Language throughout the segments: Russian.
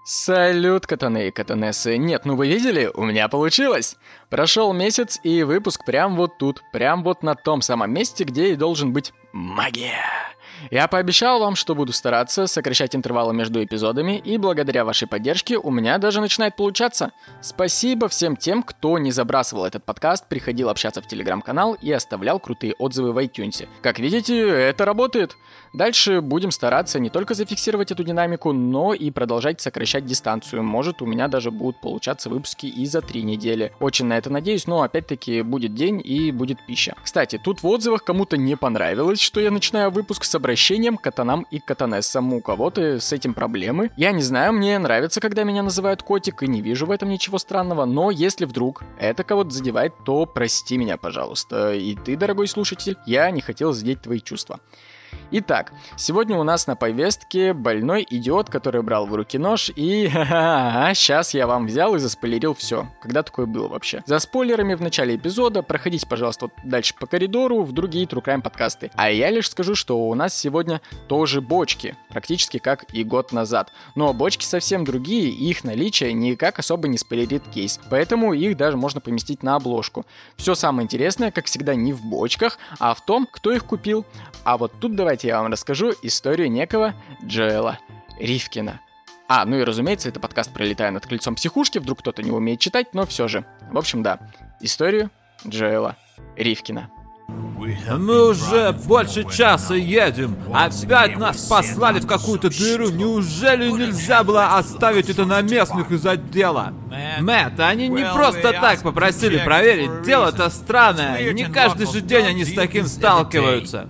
Салют, катаны и катанессы. Нет, ну вы видели? У меня получилось! Прошел месяц, и выпуск прям вот тут, прям вот на том самом месте, где и должен быть магия. Я пообещал вам, что буду стараться сокращать интервалы между эпизодами, и благодаря вашей поддержке у меня даже начинает получаться. Спасибо всем тем, кто не забрасывал этот подкаст, приходил общаться в телеграм-канал и оставлял крутые отзывы в iTunes. Как видите, это работает. Дальше будем стараться не только зафиксировать эту динамику, но и продолжать сокращать дистанцию. Может, у меня даже будут получаться выпуски и за 3 недели. Очень на это надеюсь, но опять-таки будет день и будет пища. Кстати, тут в отзывах кому-то не понравилось, что я начинаю выпуск с обращением к катанам и катанессам. У кого-то с этим проблемы. Я не знаю, мне нравится, когда меня называют котик, и не вижу в этом ничего странного, но если вдруг это кого-то задевает, то прости меня, пожалуйста. И ты, дорогой слушатель, я не хотел задеть твои чувства. Итак, сегодня у нас на повестке больной идиот, который брал в руки нож, и сейчас я вам взял и заспойлерил все. Когда такое было вообще? За спойлерами в начале эпизода проходите, пожалуйста, вот дальше по коридору в другие True Crime подкасты. А я лишь скажу, что у нас сегодня тоже бочки, практически как и год назад. Но бочки совсем другие, и их наличие никак особо не спойлерит кейс, поэтому их даже можно поместить на обложку. Все самое интересное, как всегда, не в бочках, а в том, кто их купил. А вот тут давайте я вам расскажу историю некого Джоэла Ривкина. Ну и разумеется, это подкаст «Пролетая над крыльцом психушки», вдруг кто-то не умеет читать, но все же. В общем, да, историю Джоэла Ривкина. Мы уже больше часа едем. Опять нас послали в какую-то дыру. Неужели нельзя было оставить это на местных из отдела? Мэтт, они не просто так попросили проверить. Дело-то странное. Не каждый же день они с таким сталкиваются.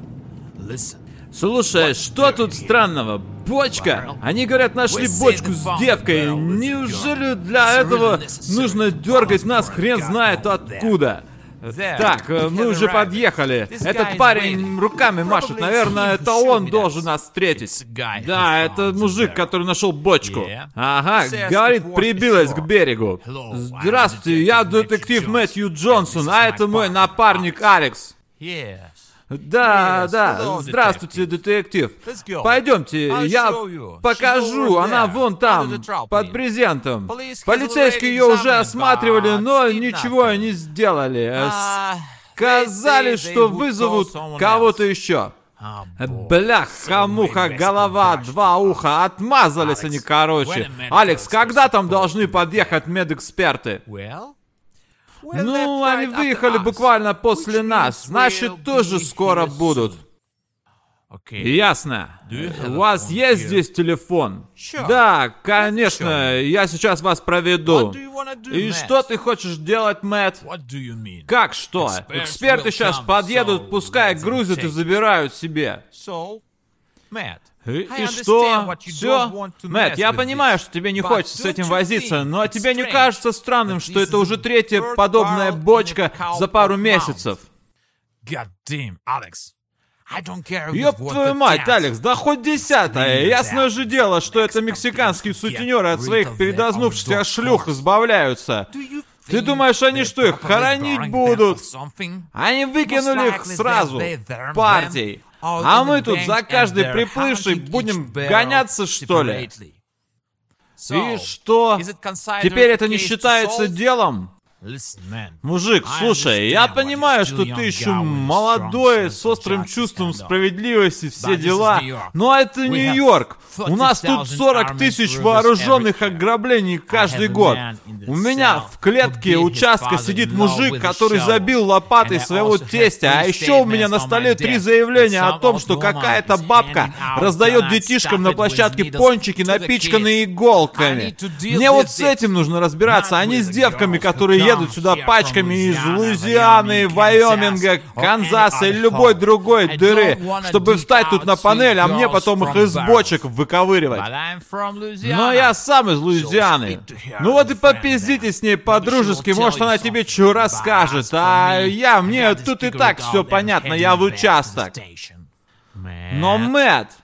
Слушай, что тут странного? Бочка? Они говорят, нашли бочку с девкой. Неужели для этого нужно дергать нас хрен знает откуда? Так, мы уже подъехали. Этот парень руками машет. Наверное, это он должен нас встретить. Да, это мужик, который нашел бочку. Ага, говорит, прибилась к берегу. Здравствуйте, я детектив Мэтью Джонсон, а это мой напарник Алекс. Да, здравствуйте, детектив. Пойдемте, я покажу, она вон там, под брезентом. Полицейские ее уже осматривали, но ничего не сделали. Сказали, что вызовут кого-то еще. Бляха-муха, голова, 2 уха, отмазались они, короче. Алекс, когда там должны подъехать медэксперты? Ну, они выехали буквально после нас. Значит, тоже скоро будут. Ясно. У вас есть здесь телефон? Да, конечно. Я сейчас вас проведу. И что ты хочешь делать, Мэтт? Как что? Эксперты сейчас подъедут, пускай грузят и забирают себе. И что? Все? Мэтт, я понимаю, что тебе не хочется с этим возиться, но тебе не кажется странным, что это уже 3-я подобная бочка за пару месяцев? Ёб твою мать, Алекс, да хоть 10-я. Ясное же дело, что это мексиканские сутенеры от своих передознувшихся шлюх избавляются. Ты думаешь, они что, их хоронить будут? Они выкинули их сразу, партией. А мы тут за каждой приплывшей будем гоняться, что ли? И что? Теперь это не считается делом? Мужик, слушай, я понимаю, что ты еще молодой, с острым чувством справедливости, все дела, но это Нью-Йорк. У нас тут 40 тысяч вооруженных ограблений каждый год. У меня в клетке участка сидит мужик, который забил лопатой своего тестя, а еще у меня на столе 3 заявления о том, что какая-то бабка раздает детишкам на площадке пончики, напичканные иголками. Мне вот с этим нужно разбираться, а не с девками, которые едут сюда пачками из Луизианы, Вайоминга, Канзаса или любой другой дыры, чтобы встать тут на панель, а мне потом их из бочек выковыривать. Но я сам из Луизианы. Ну вот и попиздите с ней по-дружески, может она тебе что расскажет, а мне тут и так все понятно, я в участок. Но, Мэтт,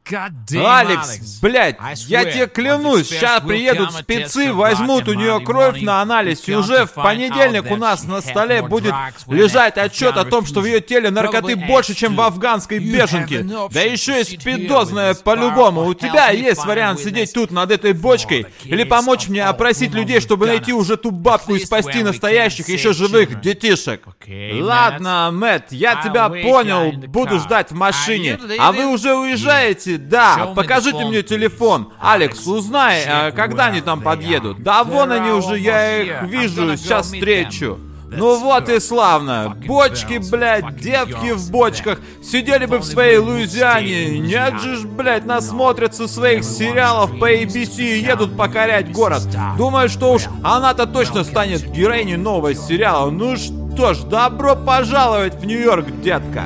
Алекс, блядь, я тебе клянусь, сейчас приедут спецы, возьмут у нее кровь на анализ, и уже в понедельник у нас на столе будет лежать отчет о том, что в ее теле наркоты больше, чем в афганской беженке. Да еще и спидозная по-любому. У тебя есть вариант сидеть тут над этой бочкой или помочь мне опросить людей, чтобы найти уже ту бабку и спасти настоящих еще живых детишек. Ладно, Мэтт, я тебя понял, буду ждать в машине. А вы уже уезжаете? Да, покажите мне телефон. Алекс, узнай, когда они там подъедут. Да вон они уже, я их вижу, сейчас встречу. Ну вот и славно. Бочки, блядь, девки в бочках. Сидели бы в своей Луизиане. Нет же ж, блядь, насмотрятся своих сериалов по ABC и едут покорять город. Думаю, что уж она-то точно станет героиней нового сериала. Ну что ж, добро пожаловать в Нью-Йорк, детка.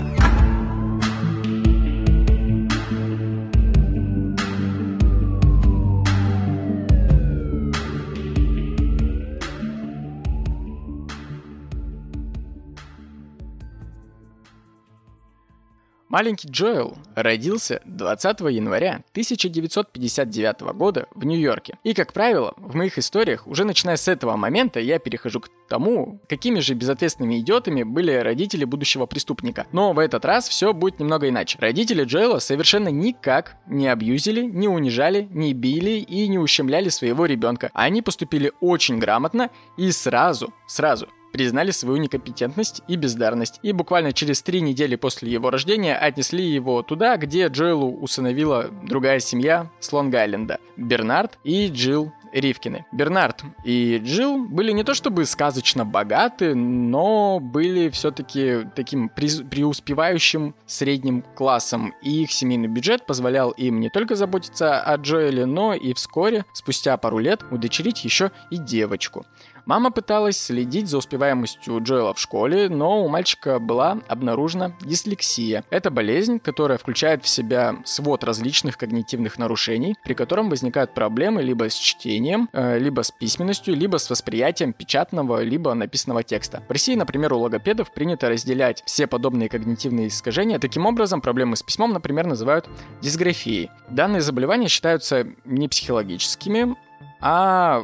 Маленький Джоэл родился 20 января 1959 года в Нью-Йорке. И, как правило, в моих историях, уже начиная с этого момента, я перехожу к тому, какими же безответственными идиотами были родители будущего преступника. Но в этот раз все будет немного иначе. Родители Джоэла совершенно никак не абьюзили, не унижали, не били и не ущемляли своего ребенка. Они поступили очень грамотно и сразу признали свою некомпетентность и бездарность, и буквально через 3 недели после его рождения отнесли его туда, где Джоэлу усыновила другая семья с Лонг-Айленда – Бернард и Джилл Ривкины. Бернард и Джилл были не то чтобы сказочно богаты, но были все-таки таким преуспевающим средним классом, и их семейный бюджет позволял им не только заботиться о Джоэле, но и вскоре, спустя пару лет, удочерить еще и девочку. Мама пыталась следить за успеваемостью Джоэла в школе, но у мальчика была обнаружена дислексия. Это болезнь, которая включает в себя свод различных когнитивных нарушений, при котором возникают проблемы либо с чтением, либо с письменностью, либо с восприятием печатного, либо написанного текста. В России, например, у логопедов принято разделять все подобные когнитивные искажения. Таким образом, проблемы с письмом, например, называют дисграфией. Данные заболевания считаются не психологическими, а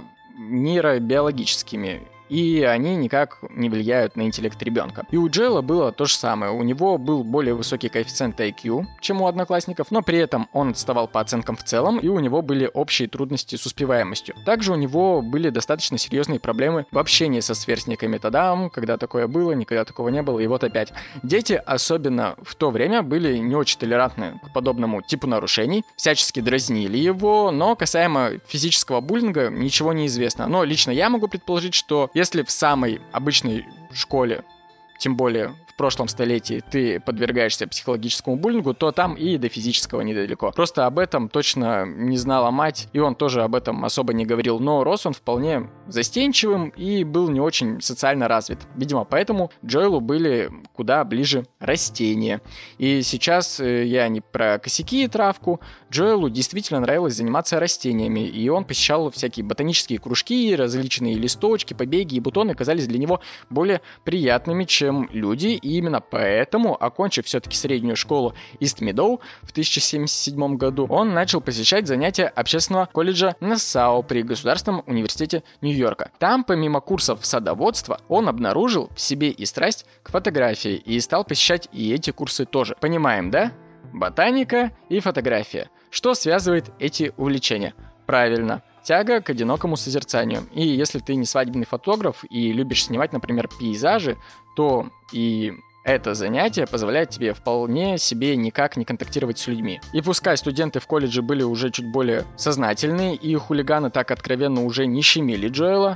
нейробиологическими, и они никак не влияют на интеллект ребенка. И у Джоэла было то же самое. У него был более высокий коэффициент IQ, чем у одноклассников, но при этом он отставал по оценкам в целом, и у него были общие трудности с успеваемостью. Также у него были достаточно серьезные проблемы в общении со сверстниками. Тогда, когда такое было, никогда такого не было, и вот опять. Дети, особенно в то время, были не очень толерантны к подобному типу нарушений, всячески дразнили его, но касаемо физического буллинга ничего не известно. Но лично я могу предположить, что если в самой обычной школе, тем более в прошлом столетии, ты подвергаешься психологическому буллингу, то там и до физического недалеко. Просто об этом точно не знала мать, и он тоже об этом особо не говорил. Но рос он вполне застенчивым и был не очень социально развит. Видимо, поэтому Джоэлу были куда ближе растения. И сейчас я не про косяки и травку. Джоэлу действительно нравилось заниматься растениями, и он посещал всякие ботанические кружки, различные листочки, побеги и бутоны казались для него более приятными, чем люди, и именно поэтому, окончив все-таки среднюю школу Ист-Медоу в 1077 году, он начал посещать занятия общественного колледжа Нассау при Государственном университете Нью-Йорка. Там, помимо курсов садоводства, он обнаружил в себе и страсть к фотографии, и стал посещать и эти курсы тоже. Понимаем, да? Ботаника и фотография. Что связывает эти увлечения? Правильно, тяга к одинокому созерцанию. И если ты не свадебный фотограф и любишь снимать, например, пейзажи, то и это занятие позволяет тебе вполне себе никак не контактировать с людьми. И пускай студенты в колледже были уже чуть более сознательные, и хулиганы так откровенно уже не щемили Джоэла,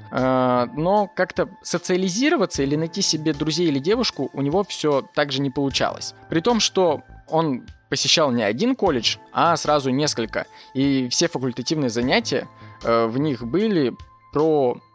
но как-то социализироваться или найти себе друзей или девушку у него все так же не получалось. При том, что он посещал не один колледж, а сразу несколько. И все факультативные занятия в них были про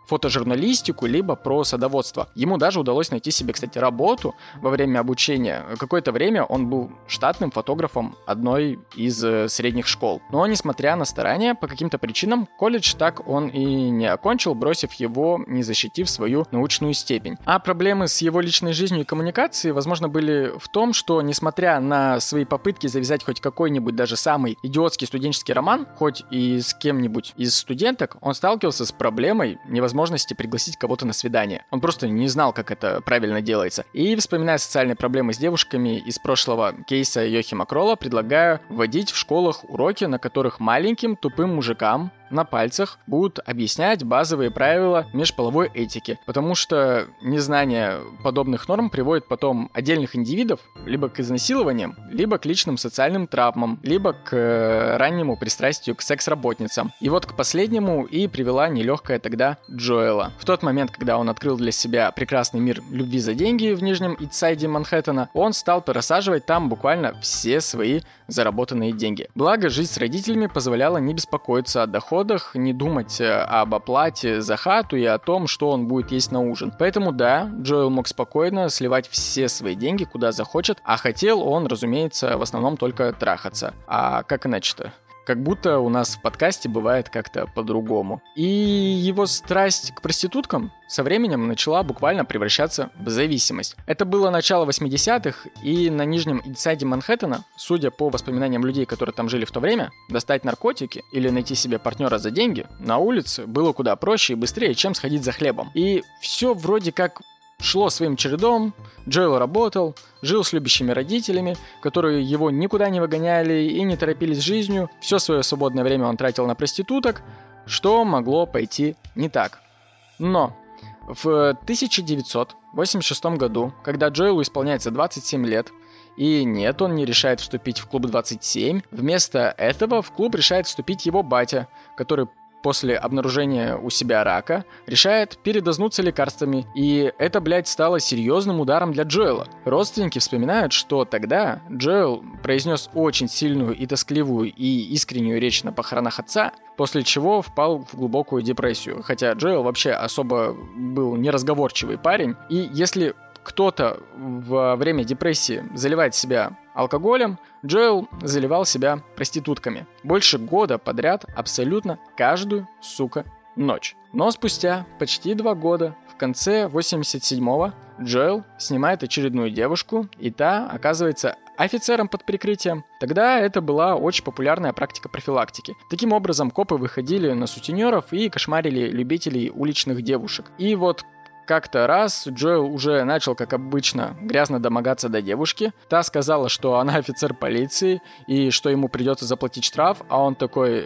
фотожурналистику, либо про садоводство. Ему даже удалось найти себе, кстати, работу во время обучения. Какое-то время он был штатным фотографом одной из средних школ. Но, несмотря на старания, по каким-то причинам колледж так он и не окончил, бросив его, не защитив свою научную степень. А проблемы с его личной жизнью и коммуникацией, возможно, были в том, что, несмотря на свои попытки завязать хоть какой-нибудь даже самый идиотский студенческий роман, хоть и с кем-нибудь из студенток, он сталкивался с проблемой невозможности пригласить кого-то на свидание. Он просто не знал, как это правильно делается. И, вспоминая социальные проблемы с девушками из прошлого кейса Йохима Кролла, предлагаю вводить в школах уроки, на которых маленьким тупым мужикам на пальцах будут объяснять базовые правила межполовой этики, потому что незнание подобных норм приводит потом отдельных индивидов либо к изнасилованиям, либо к личным социальным травмам, либо к раннему пристрастию к секс-работницам. И вот к последнему и привела нелегкая тогда Джоэла. В тот момент, когда он открыл для себя прекрасный мир любви за деньги в Нижнем Итсайде Манхэттена, он стал просаживать там буквально все свои заработанные деньги. Благо, жизнь с родителями позволяла не беспокоиться о доходах, не думать об оплате за хату и о том, что он будет есть на ужин. Поэтому да, Джоэл мог спокойно сливать все свои деньги куда захочет, а хотел он, разумеется, в основном только трахаться. А как иначе-то? Как будто у нас в подкасте бывает как-то по-другому. И его страсть к проституткам со временем начала буквально превращаться в зависимость. Это было начало 80-х, и на Нижнем Итсайде Манхэттена, судя по воспоминаниям людей, которые там жили в то время, достать наркотики или найти себе партнера за деньги на улице было куда проще и быстрее, чем сходить за хлебом. И все вроде как шло своим чередом, Джоэл работал, жил с любящими родителями, которые его никуда не выгоняли и не торопились с жизнью. Все свое свободное время он тратил на проституток, что могло пойти не так. Но в 1986 году, когда Джоэлу исполняется 27 лет, и нет, он не решает вступить в клуб 27, вместо этого в клуб решает вступить его батя, который после обнаружения у себя рака решает передознуться лекарствами, и это, стало серьезным ударом для Джоэла. Родственники вспоминают, что тогда Джоэл произнес очень сильную и тоскливую и искреннюю речь на похоронах отца, после чего впал в глубокую депрессию, хотя Джоэл вообще особо был неразговорчивый парень, и если кто-то во время депрессии заливает себя алкоголем, Джоэл заливал себя проститутками. Больше года подряд абсолютно каждую, ночь. Но спустя почти 2 года, в конце 87-го, Джоэл снимает очередную девушку, и та оказывается офицером под прикрытием. Тогда это была очень популярная практика профилактики. Таким образом, копы выходили на сутенеров и кошмарили любителей уличных девушек. И вот как-то раз Джоэл уже начал, как обычно, грязно домогаться до девушки. Та сказала, что она офицер полиции и что ему придется заплатить штраф, а он такой: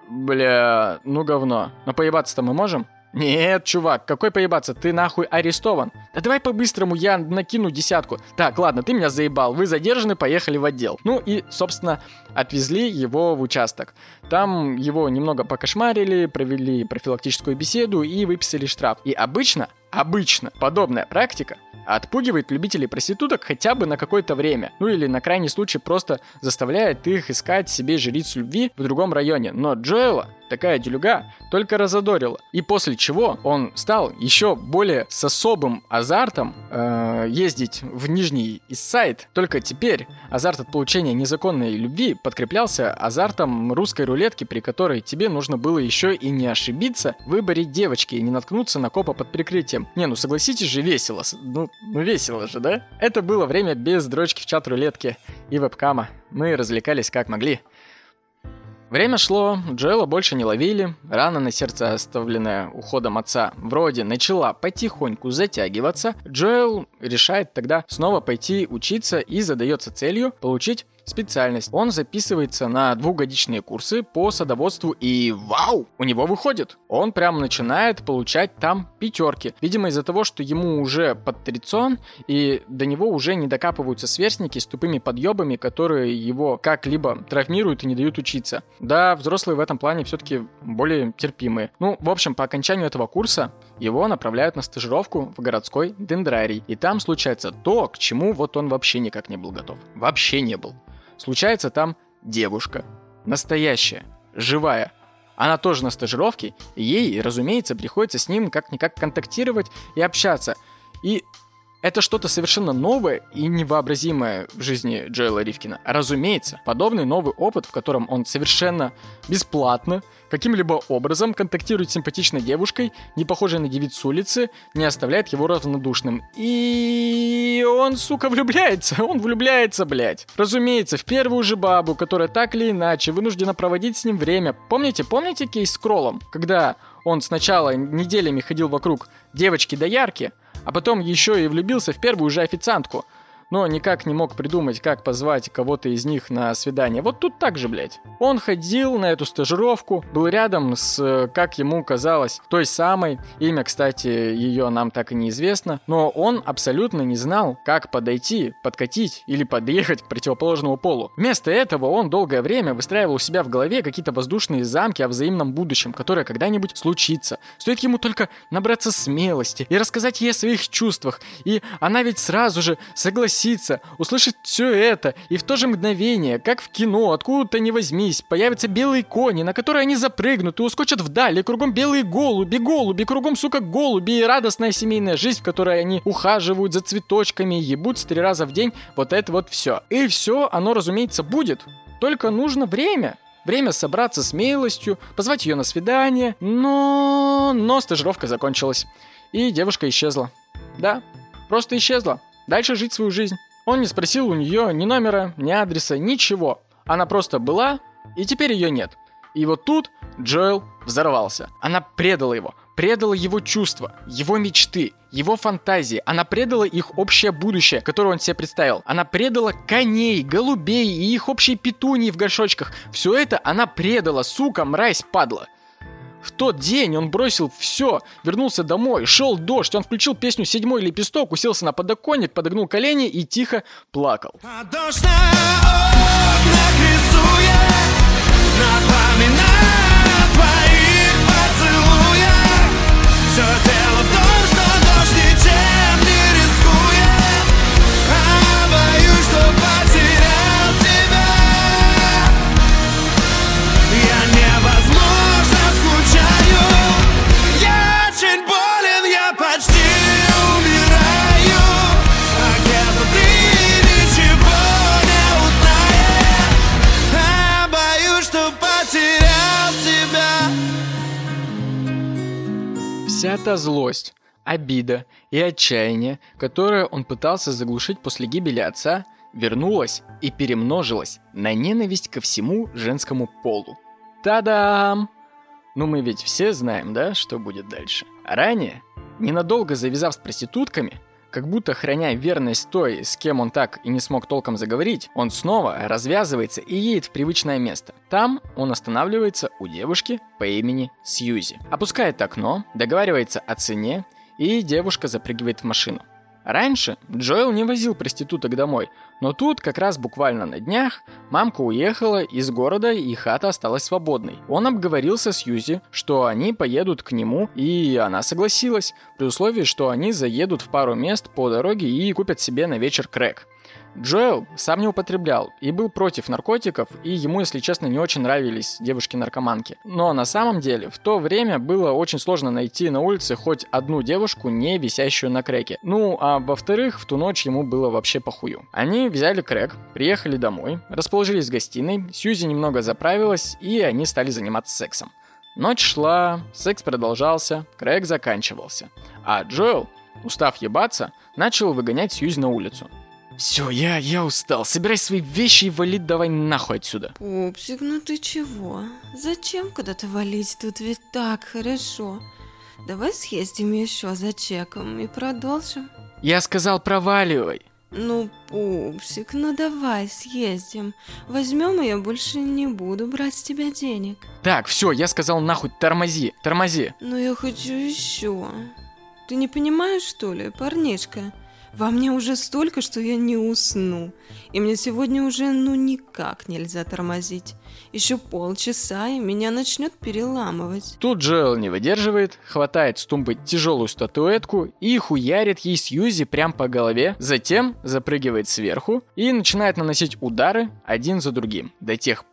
бля, ну говно. Но поебаться-то мы можем? Нет, чувак, какой поебаться? Ты нахуй арестован. Да давай по-быстрому, я накину 10. Так, ладно, ты меня заебал, вы задержаны, поехали в отдел. Ну и, собственно, отвезли его в участок. Там его немного покошмарили, провели профилактическую беседу и выписали штраф. И обычно подобная практика отпугивает любителей проституток хотя бы на какое-то время. Ну или на крайний случай просто заставляет их искать себе жриц любви в другом районе. Но Джоэла такая делюга только разодорила. И после чего он стал еще более с особым азартом ездить в Нижний Иссайд. Только теперь азарт от получения незаконной любви подкреплялся азартом русской рулетки, при которой тебе нужно было еще и не ошибиться в выборе девочки и не наткнуться на копа под прикрытием. Не, ну согласитесь же, весело. Ну весело же, да? Это было время без дрочки в чат-рулетке и вебкама. Мы развлекались как могли. Время шло, Джоэла больше не ловили, рана на сердце, оставленная уходом отца, вроде начала потихоньку затягиваться. Джоэл решает тогда снова пойти учиться и задается целью получить специальность. Он записывается на 2-годичные курсы по садоводству и вау, у него выходит. Он прям начинает получать там 5. Видимо, из-за того, что ему уже под 30 и до него уже не докапываются сверстники с тупыми подъебами, которые его как-либо травмируют и не дают учиться. Да, взрослые в этом плане все-таки более терпимые. Ну, в общем, по окончанию этого курса его направляют на стажировку в городской дендрарий. И там случается то, к чему вот он вообще никак не был готов. Вообще не был. Случается там девушка. Настоящая, живая, Она тоже на стажировке, и ей, разумеется, приходится с ним как-никак контактировать и общаться. И это что-то совершенно новое и невообразимое в жизни Джоэла Ривкина. Разумеется, подобный новый опыт, в котором он совершенно бесплатно, каким-либо образом контактирует с симпатичной девушкой, не похожей на девицу с улицы, не оставляет его равнодушным. И он, сука, влюбляется, блядь. Разумеется, в первую же бабу, которая так или иначе вынуждена проводить с ним время. Помните кейс с Кроллом? Когда он сначала неделями ходил вокруг девочки-доярки, а потом еще и влюбился в первую же официантку, но никак не мог придумать, как позвать кого-то из них на свидание. Вот тут так же, блядь. Он ходил на эту стажировку, был рядом с, как ему казалось, той самой. Имя, кстати, ее нам так и неизвестно. Но он абсолютно не знал, как подойти, подкатить или подъехать к противоположному полу. Вместо этого он долгое время выстраивал у себя в голове какие-то воздушные замки о взаимном будущем, которое когда-нибудь случится. Стоит ему только набраться смелости и рассказать ей о своих чувствах. И она ведь сразу же согласится услышать все это, и в то же мгновение, как в кино, откуда-то не возьмись, появятся белые кони, на которые они запрыгнут и ускочат вдаль, и кругом белые голуби, кругом, сука, голуби, и радостная семейная жизнь, в которой они ухаживают за цветочками и ебутся 3 раза в день, вот это вот все. И все оно, разумеется, будет, только нужно время. Время собраться с смелостью, позвать ее на свидание, но стажировка закончилась, и девушка исчезла. Да, просто исчезла. Дальше жить свою жизнь. Он не спросил у нее ни номера, ни адреса, ничего. Она просто была, и теперь ее нет. И вот тут Джоэл взорвался. Она предала его чувства, его мечты, его фантазии. Она предала их общее будущее, которое он себе представил. Она предала коней, голубей и их общие петунии в горшочках. Все это она предала, сука, мразь, падла. В тот день он бросил все, вернулся домой, шел дождь, он включил песню «Седьмой лепесток», уселся на подоконник, подогнул колени и тихо плакал. Вся та злость, обида и отчаяние, которое он пытался заглушить после гибели отца, вернулась и перемножилась на ненависть ко всему женскому полу. Та-дам! Ну мы ведь все знаем, да, что будет дальше. Ранее, ненадолго завязав с проститутками, как будто храня верность той, с кем он так и не смог толком заговорить, он снова развязывается и едет в привычное место. Там он останавливается у девушки по имени Сьюзи. Опускает окно, договаривается о цене, и девушка запрыгивает в машину. Раньше Джоэл не возил проституток домой, но тут как раз буквально на днях мамка уехала из города и хата осталась свободной. Он обговорился с Сьюзи, что они поедут к нему, и она согласилась, при условии, что они заедут в пару мест по дороге и купят себе на вечер крэк. Джоэл сам не употреблял и был против наркотиков, и ему, если честно, не очень нравились девушки-наркоманки. Но на самом деле в то время было очень сложно найти на улице хоть одну девушку, не висящую на крэке. Ну, а во-вторых, в ту ночь ему было вообще похую. Они взяли крэк, приехали домой, расположились в гостиной, Сьюзи немного заправилась, и они стали заниматься сексом. Ночь шла, секс продолжался, крэк заканчивался. А Джоэл, устав ебаться, начал выгонять Сьюзи на улицу. Все, я устал. Собирай свои вещи и вали давай нахуй отсюда. Пупсик, ну ты чего? Зачем куда-то валить? Тут ведь так хорошо. Давай съездим еще за чеком и продолжим. Я сказал, проваливай. Ну, пупсик, ну давай съездим. Возьмем, и я больше не буду брать с тебя денег. Так, все, я сказал нахуй, тормози. Но я хочу еще. Ты не понимаешь, что ли, парнишка? Во мне уже столько, что я не усну. И мне сегодня уже никак нельзя тормозить. Еще полчаса, и меня начнет переламывать. Тут Джоэл не выдерживает, хватает с тумбы тяжелую статуэтку и хуярит ей Сьюзи прям по голове. Затем запрыгивает сверху и начинает наносить удары один за другим. До тех пор,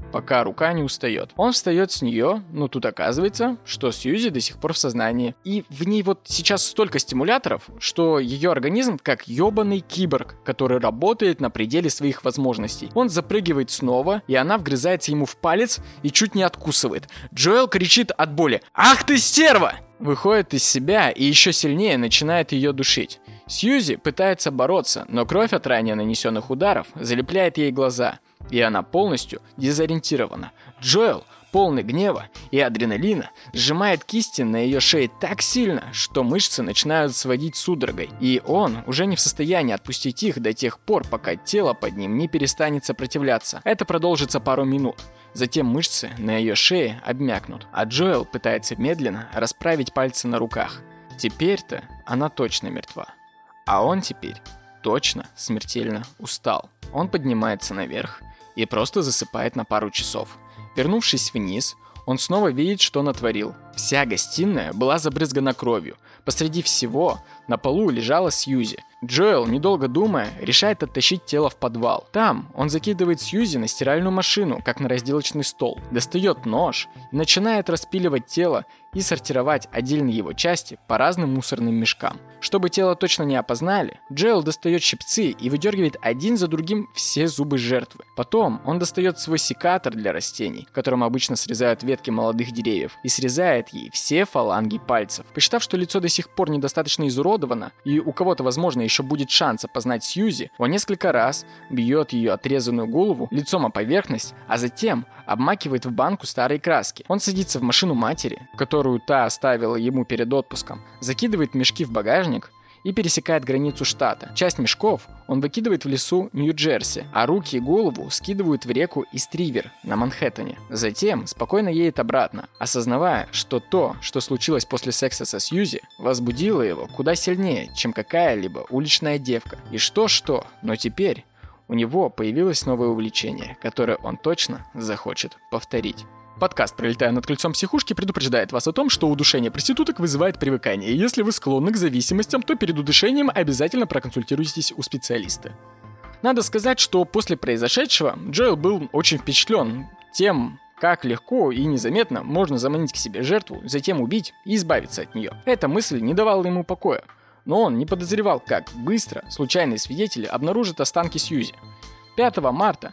пока рука не устает. Он встает с нее, но тут оказывается, что Сьюзи до сих пор в сознании. И в ней вот сейчас столько стимуляторов, что ее организм как ёбаный киборг, который работает на пределе своих возможностей. Он запрыгивает снова, и она вгрызается ему в палец и чуть не откусывает. Джоэл кричит от боли: «Ах ты стерва!» Выходит из себя и еще сильнее начинает ее душить. Сьюзи пытается бороться, но кровь от ранее нанесенных ударов залепляет ей глаза, и она полностью дезориентирована. Джоэл, полный гнева и адреналина, сжимает кисти на ее шее так сильно, что мышцы начинают сводить судорогой, и он уже не в состоянии отпустить их до тех пор, пока тело под ним не перестанет сопротивляться. Это продолжится пару минут. Затем мышцы на ее шее обмякнут, а Джоэл пытается медленно расправить пальцы на руках. Теперь-то она точно мертва. А он теперь точно смертельно устал. Он поднимается наверх и просто засыпает на пару часов. Вернувшись вниз, он снова видит, что натворил. Вся гостиная была забрызгана кровью. Посреди всего на полу лежала Сьюзи. Джоэл, недолго думая, решает оттащить тело в подвал. Там он закидывает Сьюзи на стиральную машину, как на разделочный стол, достает нож и начинает распиливать тело и сортировать отдельные его части по разным мусорным мешкам. Чтобы тело точно не опознали, Джоэл достает щипцы и выдергивает один за другим все зубы жертвы. Потом он достает свой секатор для растений, которым обычно срезают ветки молодых деревьев, и срезает ей все фаланги пальцев. Посчитав, что лицо до сих пор недостаточно изуродовано, и у кого-то, возможно, еще будет шанс опознать Сьюзи, он несколько раз бьет ее отрезанную голову лицом о поверхность, а затем обмакивает в банку старой краски. Он садится в машину матери, которую та оставила ему перед отпуском, закидывает мешки в багажник и пересекает границу штата. Часть мешков он выкидывает в лесу Нью-Джерси, а руки и голову скидывают в реку Истривер на Манхэттене. Затем спокойно едет обратно, осознавая, что то, что случилось после секса со Сьюзи, возбудило его куда сильнее, чем какая-либо уличная девка. И что-что, но теперь у него появилось новое увлечение, которое он точно захочет повторить. Подкаст «Пролетая над кольцом психушки» предупреждает вас о том, что удушение проституток вызывает привыкание, и если вы склонны к зависимостям, то перед удушением обязательно проконсультируйтесь у специалиста. Надо сказать, что после произошедшего Джоэл был очень впечатлен тем, как легко и незаметно можно заманить к себе жертву, затем убить и избавиться от нее. Эта мысль не давала ему покоя, но он не подозревал, как быстро случайные свидетели обнаружат останки Сьюзи. 5 марта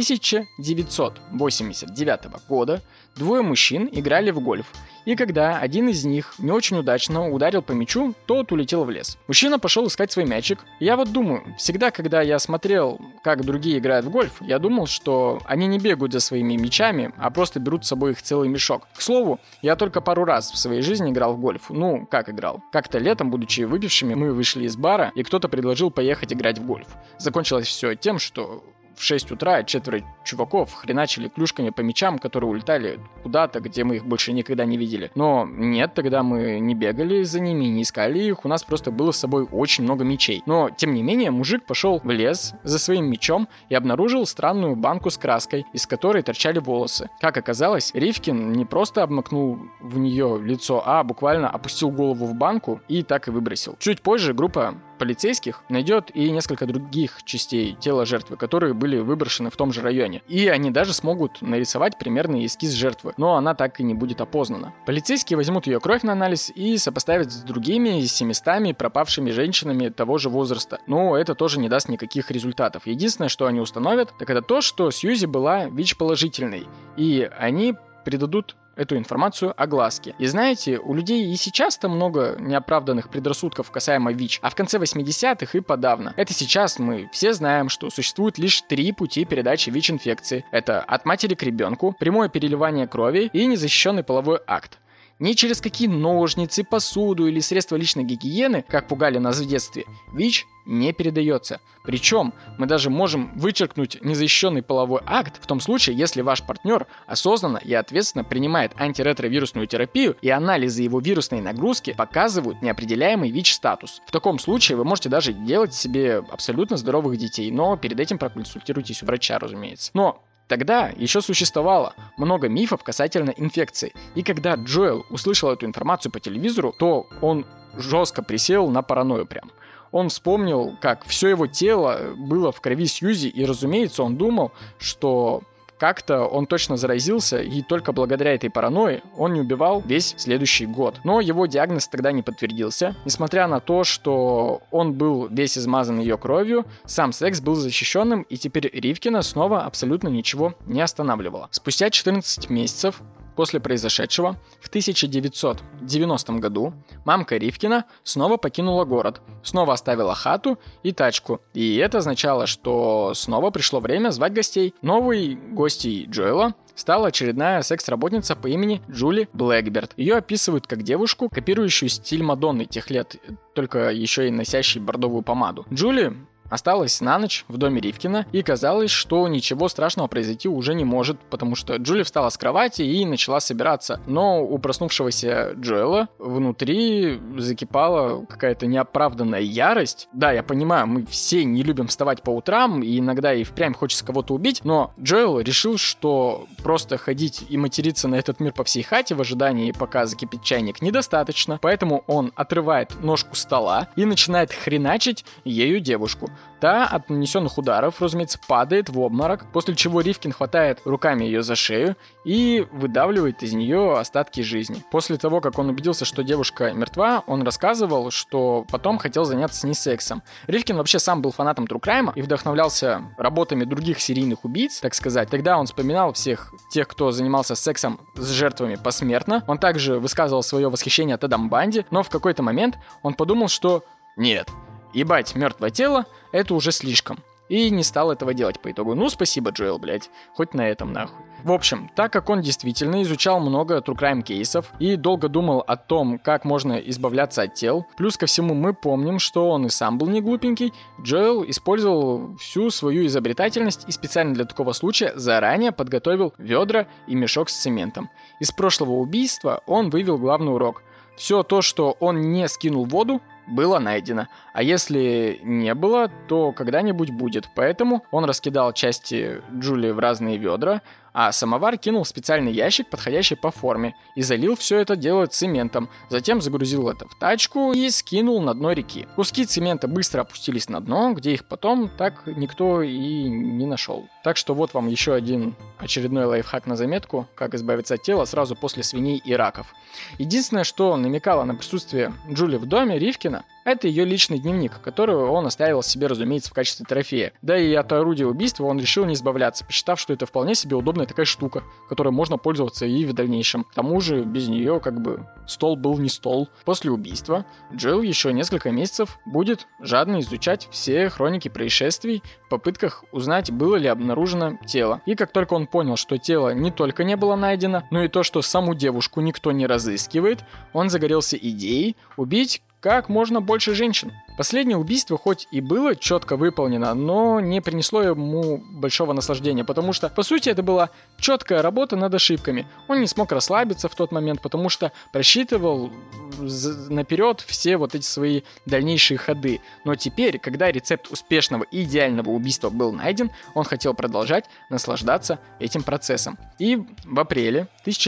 1989 года двое мужчин играли в гольф, и когда один из них не очень удачно ударил по мячу, тот улетел в лес. Мужчина пошел искать свой мячик. Я вот думаю, всегда, когда я смотрел, как другие играют в гольф, я думал, что они не бегают за своими мячами, а просто берут с собой их целый мешок. К слову, я только пару раз в своей жизни играл в гольф. Ну, как играл? Как-то летом, будучи выпившими, мы вышли из бара, и кто-то предложил поехать играть в гольф. Закончилось все тем, что в 6 утра 4 чуваков хреначили клюшками по мячам, которые улетали куда-то, где мы их больше никогда не видели. Но нет, тогда мы не бегали за ними, не искали их, у нас просто было с собой очень много мячей. Но, тем не менее, мужик пошел в лес за своим мячом и обнаружил странную банку с краской, из которой торчали волосы. Как оказалось, Ривкин не просто обмакнул в нее лицо, а буквально опустил голову в банку и так и выбросил. Чуть позже группа полицейских найдет и несколько других частей тела жертвы, которые были выброшены в том же районе. И они даже смогут нарисовать примерный эскиз жертвы, но она так и не будет опознана. Полицейские возьмут ее кровь на анализ и сопоставят с другими 700 пропавшими женщинами того же возраста. Но это тоже не даст никаких результатов. Единственное, что они установят, так это то, что Сьюзи была ВИЧ-положительной. И они придадут эту информацию огласке. И знаете, у людей и сейчас-то много неоправданных предрассудков касаемо ВИЧ, а в конце 80-х и подавно. Это сейчас мы все знаем, что существует лишь 3 пути передачи ВИЧ-инфекции. Это от матери к ребенку, прямое переливание крови и незащищенный половой акт. Ни через какие ножницы, посуду или средства личной гигиены, как пугали нас в детстве, ВИЧ не передается. Причем мы даже можем вычеркнуть незащищенный половой акт в том случае, если ваш партнер осознанно и ответственно принимает антиретровирусную терапию и анализы его вирусной нагрузки показывают неопределяемый ВИЧ-статус. В таком случае вы можете даже делать себе абсолютно здоровых детей, но перед этим проконсультируйтесь у врача, разумеется. Но тогда еще существовало много мифов касательно инфекции. И когда Джоэл услышал эту информацию по телевизору, то он жестко присел на паранойю прям. Он вспомнил, как все его тело было в крови Сьюзи, и, разумеется, он думал, что как-то он точно заразился, и только благодаря этой паранойи он не убивал весь следующий год. Но его диагноз тогда не подтвердился. Несмотря на то, что он был весь измазан ее кровью, сам секс был защищенным, и теперь Ривкина снова абсолютно ничего не останавливало. Спустя 14 месяцев после произошедшего, в 1990 году мамка Ривкина снова покинула город, снова оставила хату и тачку, и это означало, что снова пришло время звать гостей. Новой гостьей Джоэла стала очередная секс-работница по имени Джули Блэкберт. Ее описывают как девушку, копирующую стиль Мадонны тех лет, только еще и носящей бордовую помаду. Джули осталась на ночь в доме Ривкина, и казалось, что ничего страшного произойти уже не может, потому что Джули встала с кровати и начала собираться. Но у проснувшегося Джоэла внутри закипала какая-то неоправданная ярость. Да, я понимаю, мы все не любим вставать по утрам, и иногда и впрямь хочется кого-то убить, но Джоэл решил, что просто ходить и материться на этот мир по всей хате в ожидании, пока закипит чайник, недостаточно, поэтому он отрывает ножку стола и начинает хреначить ею девушку. Та от нанесенных ударов, разумеется, падает в обморок, после чего Ривкин хватает руками ее за шею и выдавливает из нее остатки жизни. После того, как он убедился, что девушка мертва, он рассказывал, что потом хотел заняться с ней сексом. Ривкин вообще сам был фанатом True Crime и вдохновлялся работами других серийных убийц, так сказать. Тогда он вспоминал всех тех, кто занимался сексом с жертвами посмертно. Он также высказывал свое восхищение Тедом Банди, но в какой-то момент он подумал, что нет, ебать мертвое тело, это уже слишком. И не стал этого делать по итогу. Ну, спасибо, Джоэл, блядь. Хоть на этом, нахуй. В общем, так как он действительно изучал много true crime кейсов и долго думал о том, как можно избавляться от тел, плюс ко всему мы помним, что он и сам был не глупенький, Джоэл использовал всю свою изобретательность и специально для такого случая заранее подготовил ведра и мешок с цементом. Из прошлого убийства он вывел главный урок. Все то, что он не скинул в воду, было найдено. А если не было, то когда-нибудь будет. Поэтому он раскидал части Джули в разные ведра, а самовар кинул в специальный ящик, подходящий по форме, и залил все это дело цементом. Затем загрузил это в тачку и скинул на дно реки. Куски цемента быстро опустились на дно, где их потом так никто и не нашел. Так что вот вам еще один очередной лайфхак на заметку, как избавиться от тела сразу после свиней и раков. Единственное, что намекало на присутствие Джули в доме Ривкина, это ее личный дневник, который он оставил себе, разумеется, в качестве трофея. Да и от орудия убийства он решил не избавляться, посчитав, что это вполне себе удобная такая штука, которой можно пользоваться и в дальнейшем. К тому же, без нее как бы стол был не стол. После убийства Джоэл еще несколько месяцев будет жадно изучать все хроники происшествий в попытках узнать, было ли обнаружено тело. И как только он понял, что тело не только не было найдено, но и то, что саму девушку никто не разыскивает, он загорелся идеей убить как можно больше женщин. Последнее убийство хоть и было четко выполнено, но не принесло ему большого наслаждения, потому что, по сути, это была четкая работа над ошибками. Он не смог расслабиться в тот момент, потому что просчитывал наперед все вот эти свои дальнейшие ходы. Но теперь, когда рецепт успешного и идеального убийства был найден, он хотел продолжать наслаждаться этим процессом. И в апреле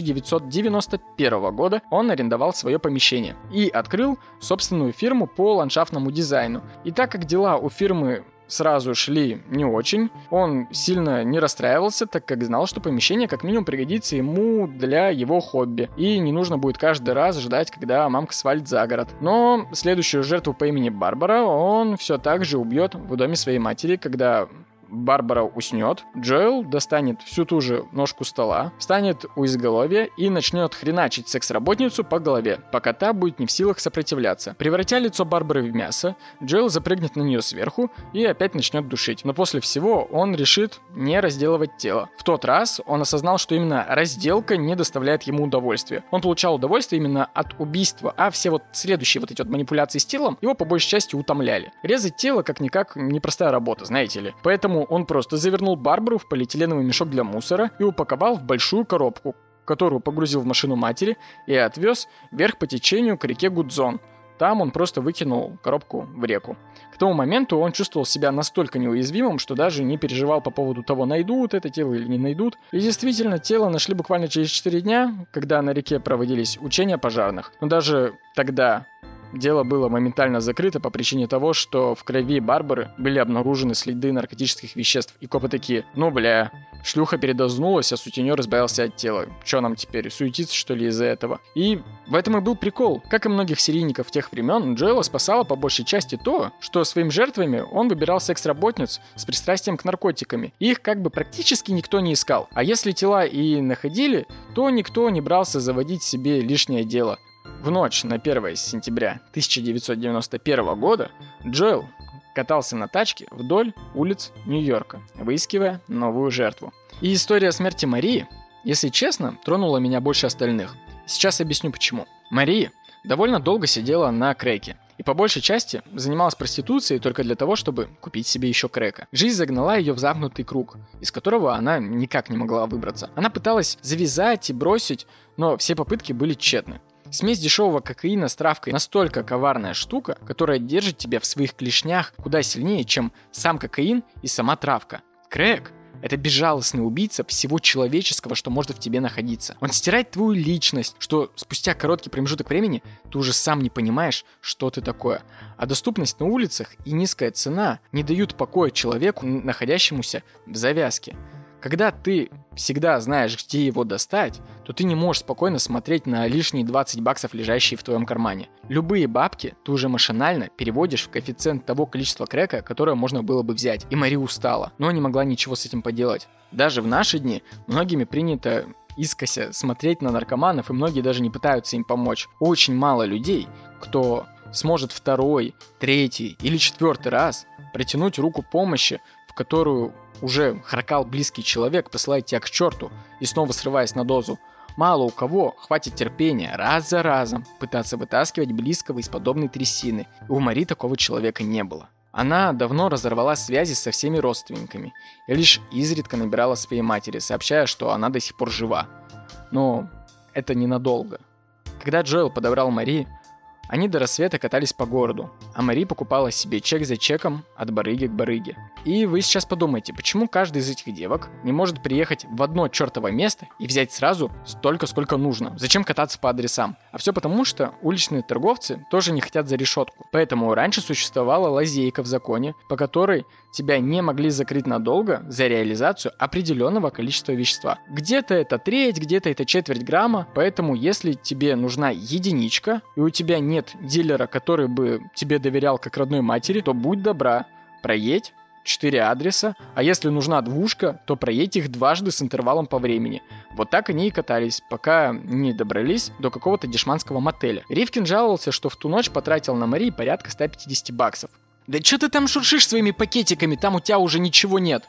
1991 года он арендовал свое помещение и открыл собственную фирму по ландшафтному дизайну. И так как дела у фирмы сразу шли не очень, он сильно не расстраивался, так как знал, что помещение как минимум пригодится ему для его хобби, и не нужно будет каждый раз ждать, когда мамка свалит за город. Но следующую жертву по имени Барбара он все так же убьет в доме своей матери, когда Барбара уснет, Джоэл достанет всю ту же ножку стола, встанет у изголовья и начнет хреначить секс-работницу по голове, пока та будет не в силах сопротивляться. Превратя лицо Барбары в мясо, Джоэл запрыгнет на нее сверху и опять начнет душить. Но после всего он решит не разделывать тело. В тот раз он осознал, что именно разделка не доставляет ему удовольствия. Он получал удовольствие именно от убийства, а все вот следующие вот эти вот манипуляции с телом его по большей части утомляли. Резать тело как-никак непростая работа, знаете ли. Поэтому он просто завернул Барбару в полиэтиленовый мешок для мусора и упаковал в большую коробку, которую погрузил в машину матери и отвез вверх по течению к реке Гудзон. Там он просто выкинул коробку в реку. К тому моменту он чувствовал себя настолько неуязвимым, что даже не переживал по поводу того, найдут это тело или не найдут. И действительно, тело нашли буквально через 4 дня, когда на реке проводились учения пожарных. Но даже тогда дело было моментально закрыто по причине того, что в крови Барбары были обнаружены следы наркотических веществ. И копы такие: ну бля, шлюха передознулась, а сутенер избавился от тела. Чё нам теперь, суетиться что ли из-за этого? И в этом и был прикол. Как и многих серийников тех времен, Джоэла спасало по большей части то, что своими жертвами он выбирал секс-работниц с пристрастием к наркотикам. Их как бы практически никто не искал. А если тела и находили, то никто не брался заводить себе лишнее дело. В ночь на 1 сентября 1991 года Джоэл катался на тачке вдоль улиц Нью-Йорка, выискивая новую жертву. И история смерти Марии, если честно, тронула меня больше остальных. Сейчас объясню почему. Мария довольно долго сидела на крэке и по большей части занималась проституцией только для того, чтобы купить себе еще крэка. Жизнь загнала ее в замкнутый круг, из которого она никак не могла выбраться. Она пыталась завязать и бросить, но все попытки были тщетны. Смесь дешевого кокаина с травкой настолько коварная штука, которая держит тебя в своих клешнях куда сильнее, чем сам кокаин и сама травка. Крэк — это безжалостный убийца всего человеческого, что может в тебе находиться. Он стирает твою личность, что спустя короткий промежуток времени ты уже сам не понимаешь, что ты такое. А доступность на улицах и низкая цена не дают покоя человеку, находящемуся в завязке. Когда ты всегда знаешь, где его достать, то ты не можешь спокойно смотреть на лишние $20, лежащие в твоем кармане. Любые бабки ты уже машинально переводишь в коэффициент того количества крэка, которое можно было бы взять. И Мари устала, но не могла ничего с этим поделать. Даже в наши дни многими принято искося смотреть на наркоманов, и многие даже не пытаются им помочь. Очень мало людей, кто сможет второй, третий или четвертый раз протянуть руку помощи, в которую уже харкал близкий человек, посылает тебя к черту и снова срываясь на дозу. Мало у кого хватит терпения раз за разом пытаться вытаскивать близкого из подобной трясины. И у Мари такого человека не было. Она давно разорвала связи со всеми родственниками и лишь изредка набирала своей матери, сообщая, что она до сих пор жива. Но это ненадолго. Когда Джоэл подобрал Мари, они до рассвета катались по городу, а Мари покупала себе чек за чеком от барыги к барыге. И вы сейчас подумайте, почему каждая из этих девок не может приехать в одно чертово место и взять сразу столько, сколько нужно? Зачем кататься по адресам? А все потому, что уличные торговцы тоже не хотят за решетку. Поэтому раньше существовала лазейка в законе, по которой тебя не могли закрыть надолго за реализацию определенного количества вещества. Где-то это треть, где-то это четверть грамма, поэтому если тебе нужна единичка, и у тебя нет дилера, который бы тебе доверял как родной матери, то будь добра, проедь 4 адреса, а если нужна двушка, то проедь их дважды с интервалом по времени. Вот так они и катались, пока не добрались до какого-то дешманского мотеля. Ривкин жаловался, что в ту ночь потратил на Мари порядка $150. Да что ты там шуршишь своими пакетиками, там у тебя уже ничего нет.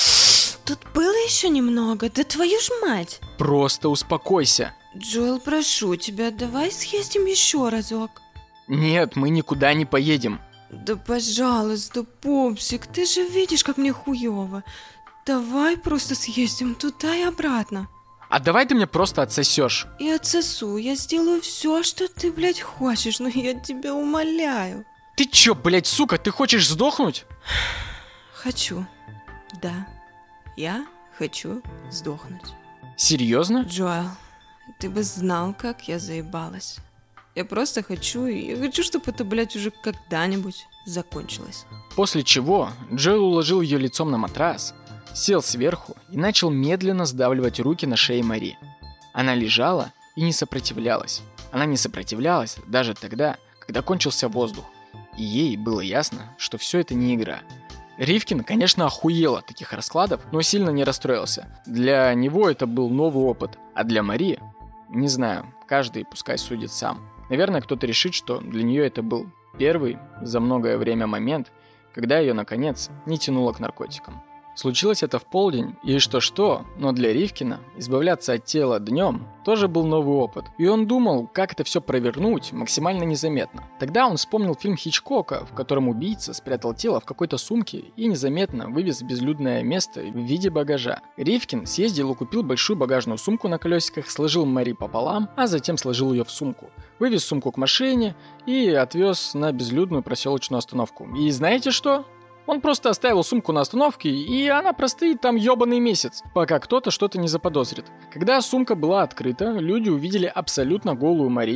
Тут было еще немного, да твою ж мать. Просто успокойся. Джоэл, прошу тебя, давай съездим еще разок. Нет, мы никуда не поедем. Да пожалуйста, пупсик, ты же видишь, как мне хуёво. Давай просто съездим туда и обратно. А давай ты мне просто отсосешь. И отсосу, я сделаю все, что ты, блядь, хочешь, но я тебя умоляю. Ты чё, блядь, сука, ты хочешь сдохнуть? Хочу, да, я хочу сдохнуть. Серьезно? Джоэл, ты бы знал, как я заебалась. Я просто хочу, чтобы это, блядь, уже когда-нибудь закончилось. После чего Джоэл уложил ее лицом на матрас, сел сверху и начал медленно сдавливать руки на шее Мари. Она лежала и не сопротивлялась. Она не сопротивлялась даже тогда, когда кончился воздух. И ей было ясно, что все это не игра. Ривкин, конечно, охуел от таких раскладов, но сильно не расстроился. Для него это был новый опыт, а для Мари, не знаю, каждый пускай судит сам. Наверное, кто-то решит, что для нее это был первый за многое время момент, когда ее, наконец, не тянуло к наркотикам. Случилось это в полдень, и что-что, но для Ривкина избавляться от тела днем тоже был новый опыт. И он думал, как это все провернуть максимально незаметно. Тогда он вспомнил фильм Хичкока, в котором убийца спрятал тело в какой-то сумке и незаметно вывез в безлюдное место в виде багажа. Ривкин съездил и купил большую багажную сумку на колесиках, сложил Мари пополам, а затем сложил ее в сумку. Вывез сумку к машине и отвез на безлюдную проселочную остановку. И знаете что? Он просто оставил сумку на остановке, и она простоит там ёбаный месяц, пока кто-то что-то не заподозрит. Когда сумка была открыта, люди увидели абсолютно голую Мари,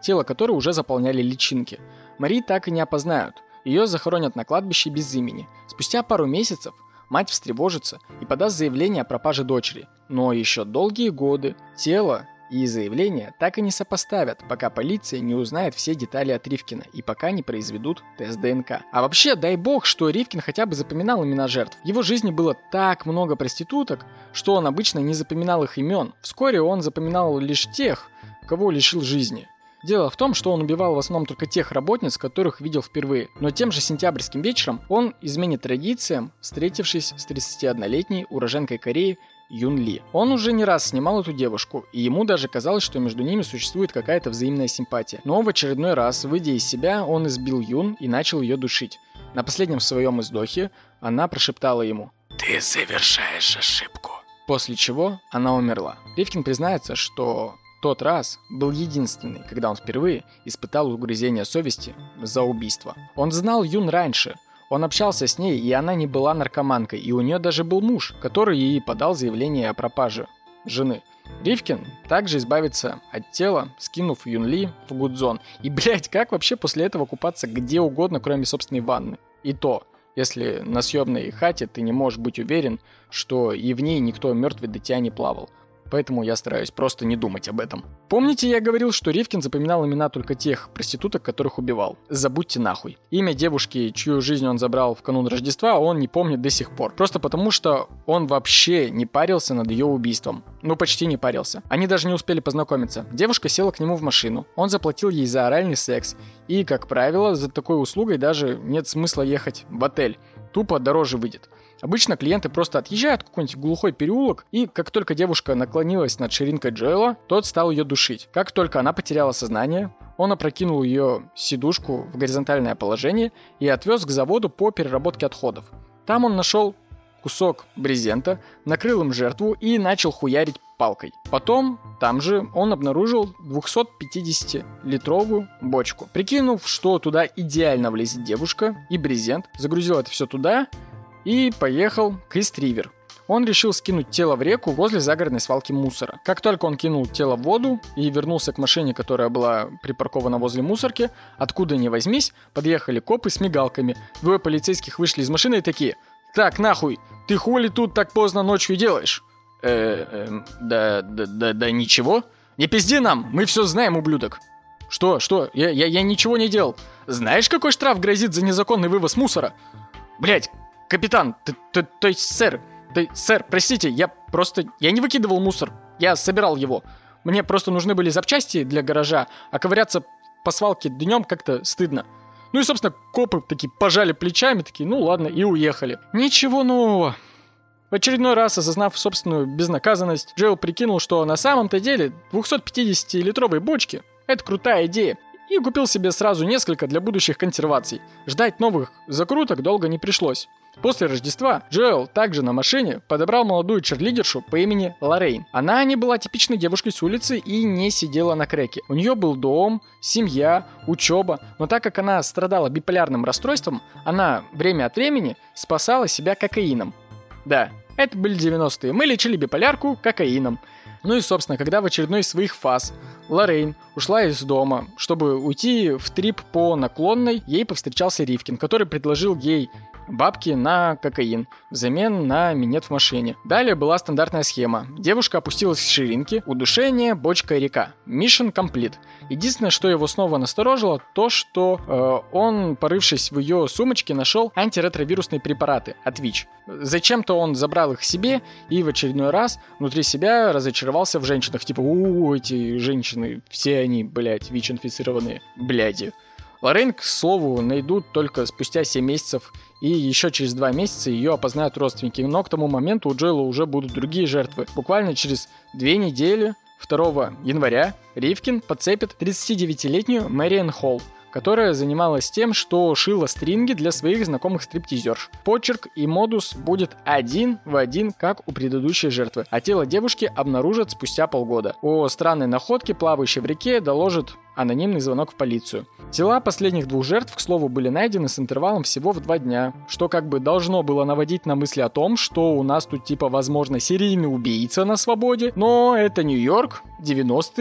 тело которой уже заполняли личинки. Мари так и не опознают. Ее захоронят на кладбище без имени. Спустя пару месяцев мать встревожится и подаст заявление о пропаже дочери. Но еще долгие годы тело и заявление так и не сопоставят, пока полиция не узнает все детали от Ривкина и пока не произведут тест ДНК. А вообще, дай бог, что Ривкин хотя бы запоминал имена жертв. В его жизни было так много проституток, что он обычно не запоминал их имен. Вскоре он запоминал лишь тех, кого лишил жизни. Дело в том, что он убивал в основном только тех работниц, которых видел впервые. Но тем же сентябрьским вечером он изменит традициям, встретившись с 31-летней уроженкой Кореи Юн Ли. Он уже не раз снимал эту девушку, и ему даже казалось, что между ними существует какая-то взаимная симпатия. Но в очередной раз, выйдя из себя, он избил Юн и начал ее душить. На последнем своем издохе она прошептала ему: «Ты совершаешь ошибку». После чего она умерла. Ривкин признается, что тот раз был единственный, когда он впервые испытал угрызение совести за убийство. Он знал Юн раньше. Он общался с ней, и она не была наркоманкой, и у нее даже был муж, который ей подал заявление о пропаже жены. Ривкин также избавится от тела, скинув Юн Ли в гудзон. И, блять, как вообще после этого купаться где угодно, кроме собственной ванны? И то, если на съемной хате ты не можешь быть уверен, что и в ней никто мертвый до тебя не плавал. Поэтому я стараюсь просто не думать об этом. Помните, я говорил, что Ривкин запоминал имена только тех проституток, которых убивал? Забудьте нахуй. Имя девушки, чью жизнь он забрал в канун Рождества, он не помнит до сих пор. Просто потому, что он вообще не парился над ее убийством. Ну, почти не парился. Они даже не успели познакомиться. Девушка села к нему в машину. Он заплатил ей за оральный секс. И, как правило, за такой услугой даже нет смысла ехать в отель. Тупо дороже выйдет. Обычно клиенты просто отъезжают в какой-нибудь глухой переулок, и как только девушка наклонилась над ширинкой Джоэла, тот стал ее душить. Как только она потеряла сознание, он опрокинул ее сидушку в горизонтальное положение и отвез к заводу по переработке отходов. Там он нашел кусок брезента, накрыл им жертву и начал хуярить палкой. Потом, там же, он обнаружил 250-литровую бочку. Прикинув, что туда идеально влезет девушка и брезент, загрузил это все туда и поехал к Ист-Ривер. Он решил скинуть тело в реку возле загородной свалки мусора. Как только он кинул тело в воду и вернулся к машине, которая была припаркована возле мусорки, откуда ни возьмись, подъехали копы с мигалками. Двое полицейских вышли из машины и такие: «Так, нахуй, ты хули тут так поздно ночью делаешь?» Да ничего. Не пизди нам, мы все знаем, ублюдок. Что? Я ничего не делал. Знаешь, какой штраф грозит за незаконный вывоз мусора? Блять, капитан, то есть сэр, простите, я не выкидывал мусор, я собирал его. Мне просто нужны были запчасти для гаража, а ковыряться по свалке днем как-то стыдно. Ну и, собственно, копы такие пожали плечами, такие: ну ладно, и уехали. Ничего нового. В очередной раз, осознав собственную безнаказанность, Джоэл прикинул, что на самом-то деле 250-литровые бочки – это крутая идея, и купил себе сразу несколько для будущих консерваций. Ждать новых закруток долго не пришлось. После Рождества Джоэл также на машине подобрал молодую черлидершу по имени Лоррейн. Она не была типичной девушкой с улицы и не сидела на крэке. У нее был дом, семья, учеба, но так как она страдала биполярным расстройством, она время от времени спасала себя кокаином. Да, это были 90-е, мы лечили биполярку кокаином. Ну и, собственно, когда в очередной из своих фаз Лоррейн ушла из дома, чтобы уйти в трип по наклонной, ей повстречался Ривкин, который предложил ей бабки на кокаин взамен на минет в машине. Далее была стандартная схема. Девушка опустилась с ширинки, удушение, бочка и река. Mission complete. Единственное, что его снова насторожило, то, что он, порывшись в ее сумочке, нашел антиретровирусные препараты от ВИЧ. Зачем-то он забрал их себе и в очередной раз внутри себя разочаровался в женщинах. Типа, эти женщины, все они, блядь, ВИЧ-инфицированные, бляди. Лоррейн, к слову, найдут только спустя 7 месяцев, и еще через 2 месяца ее опознают родственники. Но к тому моменту у Джоэла уже будут другие жертвы. Буквально через 2 недели, 2 января, Ривкин подцепит 39-летнюю Мэриэн Холл, которая занималась тем, что шила стринги для своих знакомых стриптизерш. Почерк и модус будет один в один, как у предыдущей жертвы, а тело девушки обнаружат спустя полгода. О странной находке, плавающей в реке, доложит анонимный звонок в полицию. Тела последних 2 жертв, к слову, были найдены с интервалом всего в 2 дня, что как бы должно было наводить на мысли о том, что у нас тут типа возможно серийный убийца на свободе, но это Нью-Йорк, 90-е,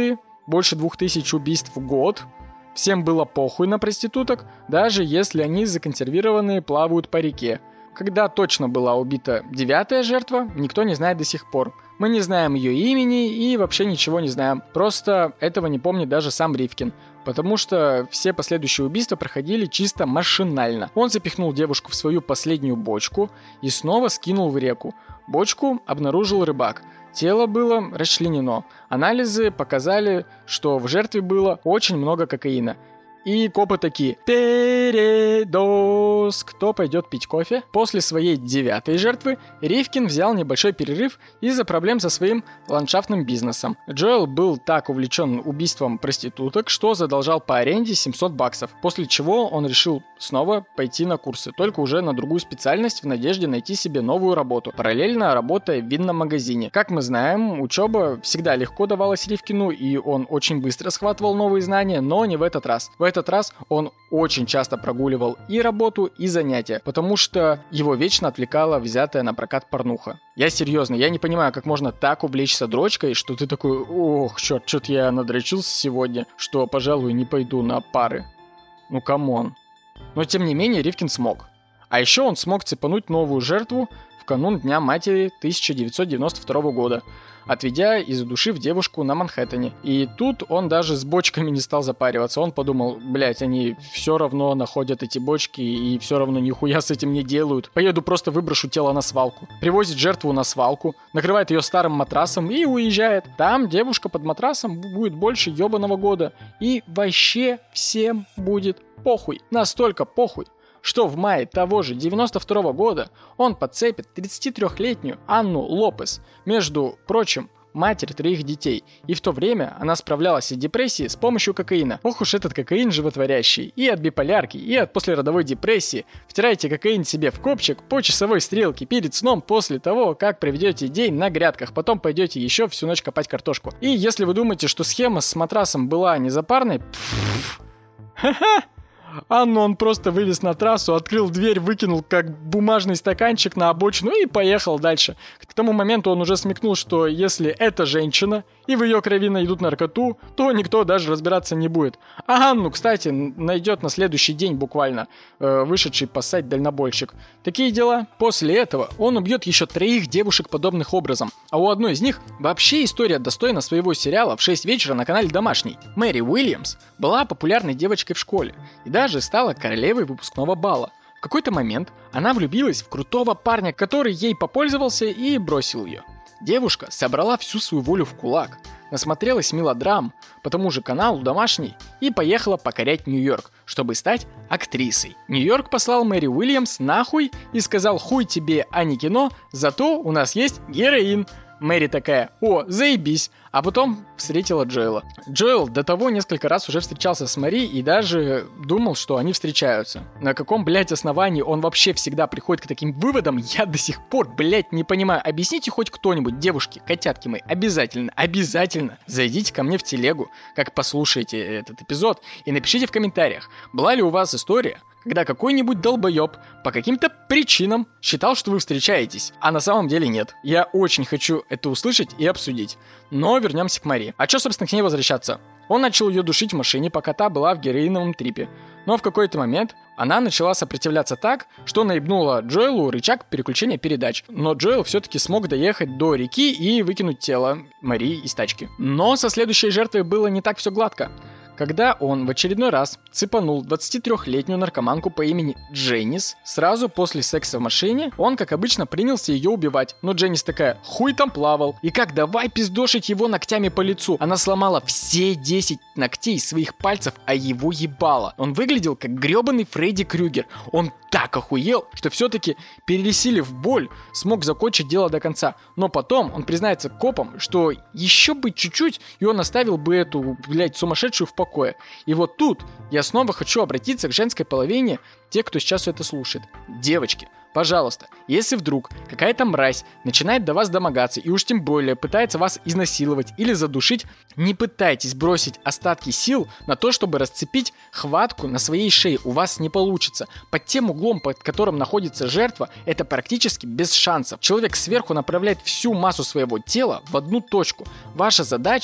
больше 2000 убийств в год. Всем было похуй на проституток, даже если они законсервированные плавают по реке. Когда точно была убита 9-я жертва, никто не знает до сих пор. Мы не знаем ее имени и вообще ничего не знаем. Просто этого не помнит даже сам Ривкин. Потому что все последующие убийства проходили чисто машинально. Он запихнул девушку в свою последнюю бочку и снова скинул в реку. Бочку обнаружил рыбак. Тело было расчленено. Анализы показали, что в жертве было очень много кокаина. И копы такие: передоз, кто пойдет пить кофе? После своей 9-й жертвы Ривкин взял небольшой перерыв из-за проблем со своим ландшафтным бизнесом. Джоэл был так увлечен убийством проституток, что задолжал по аренде $700, после чего он решил снова пойти на курсы, только уже на другую специальность в надежде найти себе новую работу, параллельно работая в винном магазине. Как мы знаем, учеба всегда легко давалась Ривкину, и он очень быстро схватывал новые знания, но не в этот раз. В этот раз он очень часто прогуливал и работу, и занятия, потому что его вечно отвлекала взятая на прокат порнуха. Я серьезно, я не понимаю, как можно так увлечься дрочкой, что ты такой: ох, черт, что-то я надрочился сегодня, что, пожалуй, не пойду на пары. Ну, камон. Но, тем не менее, Ривкин смог. А еще он смог цепануть новую жертву в канун Дня матери 1992 года, отведя и задушив девушку на Манхэттене. И тут он даже с бочками не стал запариваться. Он подумал: блять, они все равно находят эти бочки и все равно нихуя с этим не делают. Поеду просто выброшу тело на свалку. Привозит жертву на свалку, накрывает ее старым матрасом и уезжает. Там девушка под матрасом будет больше ебаного года. И вообще всем будет похуй. Настолько похуй, что в мае того же 92 года он подцепит 33-летнюю Анну Лопес, между прочим, матерь 3 детей, и в то время она справлялась от депрессии с помощью кокаина. Ох уж этот кокаин животворящий, и от биполярки, и от послеродовой депрессии. Втирайте кокаин себе в копчик по часовой стрелке перед сном после того, как проведете день на грядках, потом пойдете еще всю ночь копать картошку. И если вы думаете, что схема с матрасом была незапарной, ха-ха! Анну он просто вывез на трассу, открыл дверь, выкинул как бумажный стаканчик на обочину и поехал дальше. К тому моменту он уже смекнул, что если это женщина и в ее крови найдут наркоту, то никто даже разбираться не будет. А Анну, кстати, найдет на следующий день буквально вышедший поссать дальнобойщик. Такие дела. После этого он убьет еще 3 девушек подобных образом. А у одной из них вообще история достойна своего сериала в 6 вечера на канале «Домашний». Мэри Уильямс была популярной девочкой в школе и даже стала королевой выпускного бала. В какой-то момент она влюбилась в крутого парня, который ей попользовался и бросил ее. Девушка собрала всю свою волю в кулак, насмотрелась мелодрам по тому же каналу «Домашний» и поехала покорять Нью-Йорк, чтобы стать актрисой. Нью-Йорк послал Мэри Уильямс нахуй и сказал: хуй тебе, а не кино, зато у нас есть героин. Мэри такая: о, заебись. А потом встретила Джоэла. Джоэл до того несколько раз уже встречался с Мэри и даже думал, что они встречаются. На каком, блядь, основании он вообще всегда приходит к таким выводам, я до сих пор, блядь, не понимаю. Объясните хоть кто-нибудь, девушки, котятки мои, обязательно зайдите ко мне в телегу, как послушаете этот эпизод, и напишите в комментариях, была ли у вас история, когда какой-нибудь долбоеб по каким-то причинам считал, что вы встречаетесь, а на самом деле нет. Я очень хочу это услышать и обсудить. Но вернемся к Мари. А чё, собственно, к ней возвращаться? Он начал ее душить в машине, пока та была в героиновом трипе. Но в какой-то момент она начала сопротивляться так, что наебнула Джоэлу рычаг переключения передач. Но Джоэл все-таки смог доехать до реки и выкинуть тело Мари из тачки. Но со следующей жертвой было не так все гладко. Когда он в очередной раз цепанул 23-летнюю наркоманку по имени Дженнис, сразу после секса в машине, он, как обычно, принялся ее убивать. Но Дженнис такая: хуй там плавал. И как давай пиздошить его ногтями по лицу. Она сломала все 10 ногтей своих пальцев, а его ебало. Он выглядел как гребаный Фредди Крюгер. Он так охуел, что все-таки, пересилив боль, смог закончить дело до конца. Но потом он признается копам, что еще бы чуть-чуть, и он оставил бы эту, блядь, сумасшедшую в покое. И вот тут я снова хочу обратиться к женской половине, те, кто сейчас это слушает. Девочки, пожалуйста, если вдруг какая-то мразь начинает до вас домогаться и уж тем более пытается вас изнасиловать или задушить, не пытайтесь бросить остатки сил на то, чтобы расцепить хватку на своей шее. У вас не получится. Под тем углом, под которым находится жертва, это практически без шансов. Человек сверху направляет всю массу своего тела в одну точку. Ваша задача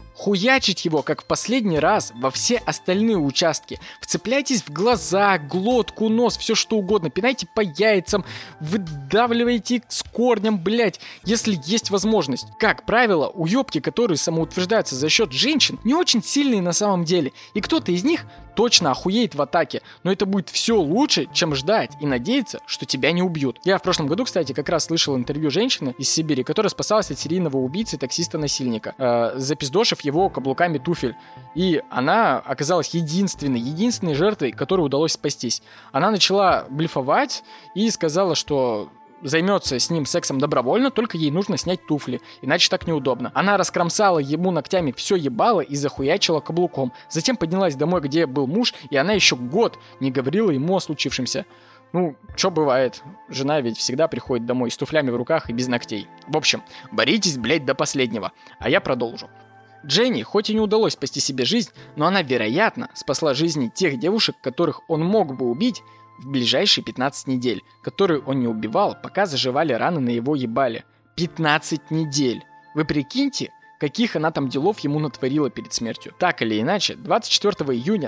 хуячить его, как в последний раз, во все остальные участки. Вцепляйтесь в глаза, глотку, нос, все что угодно. Пинайте по яйцам, выдавливайте с корнем, блять, если есть возможность. Как правило, уёбки, которые самоутверждаются за счет женщин, не очень сильные на самом деле. И кто-то из них точно охуеет в атаке, но это будет все лучше, чем ждать и надеяться, что тебя не убьют. Я в прошлом году, кстати, как раз слышал интервью женщины из Сибири, которая спасалась от серийного убийцы, таксиста-насильника, запиздошив его каблуками туфель. И она оказалась единственной жертвой, которой удалось спастись. Она начала блефовать и сказала, что займется с ним сексом добровольно, только ей нужно снять туфли, иначе так неудобно. Она раскромсала ему ногтями все ебало и захуячила каблуком. Затем поднялась домой, где был муж, и она еще год не говорила ему о случившемся. Ну, что бывает, жена ведь всегда приходит домой с туфлями в руках и без ногтей. В общем, боритесь, блять, до последнего. А я продолжу. Дженни хоть и не удалось спасти себе жизнь, но она, вероятно, спасла жизни тех девушек, которых он мог бы убить в ближайшие 15 недель, которые он не убивал, пока заживали раны на его ебале. 15 недель! Вы прикиньте, каких она там делов ему натворила перед смертью. Так или иначе, 24 июня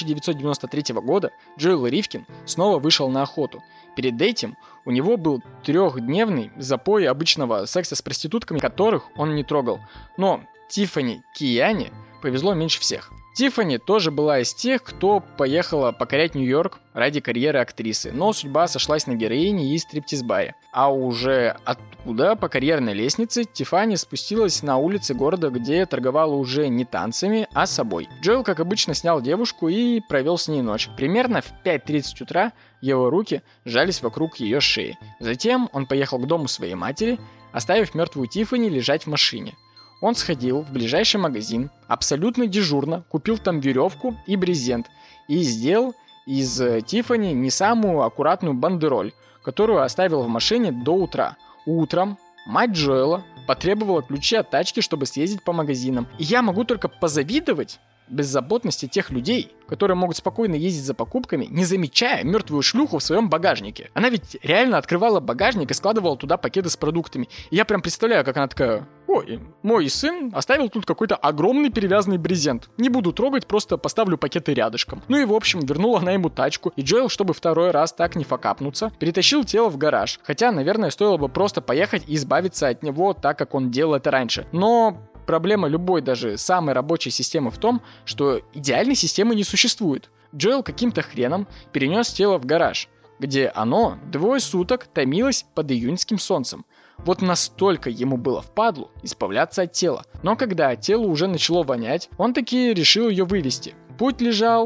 1993 года Джоэл Ривкин снова вышел на охоту. Перед этим у него был 3-дневный запой обычного секса с проститутками, которых он не трогал. Но Тиффани Кияни повезло меньше всех. Тиффани тоже была из тех, кто поехала покорять Нью-Йорк ради карьеры актрисы, но судьба сошлась на героине и стриптиз-баре. А уже оттуда, по карьерной лестнице, Тиффани спустилась на улицы города, где торговала уже не танцами, а собой. Джоэл, как обычно, снял девушку и провел с ней ночь. Примерно в 5:30 утра его руки сжались вокруг ее шеи. Затем он поехал к дому своей матери, оставив мертвую Тиффани лежать в машине. Он сходил в ближайший магазин, абсолютно дежурно, купил там веревку и брезент и сделал из Тиффани не самую аккуратную бандероль, которую оставил в машине до утра. Утром мать Джоэла потребовала ключи от тачки, чтобы съездить по магазинам. И я могу только позавидовать беззаботности тех людей, которые могут спокойно ездить за покупками, не замечая мертвую шлюху в своем багажнике. Она ведь реально открывала багажник и складывала туда пакеты с продуктами. И я прям представляю, как она такая: ой, мой сын оставил тут какой-то огромный перевязанный брезент. Не буду трогать, просто поставлю пакеты рядышком. Ну и в общем, вернула она ему тачку, и Джоэл, чтобы второй раз так не факапнуться, перетащил тело в гараж. Хотя, наверное, стоило бы просто поехать и избавиться от него, так как он делал это раньше. Но проблема любой, даже самой рабочей системы в том, что идеальной системы не существует. Джоэл каким-то хреном перенес тело в гараж, где оно 2 суток томилось под июньским солнцем. Вот настолько ему было впадлу избавляться от тела. Но когда тело уже начало вонять, он таки решил ее вывезти. Путь лежал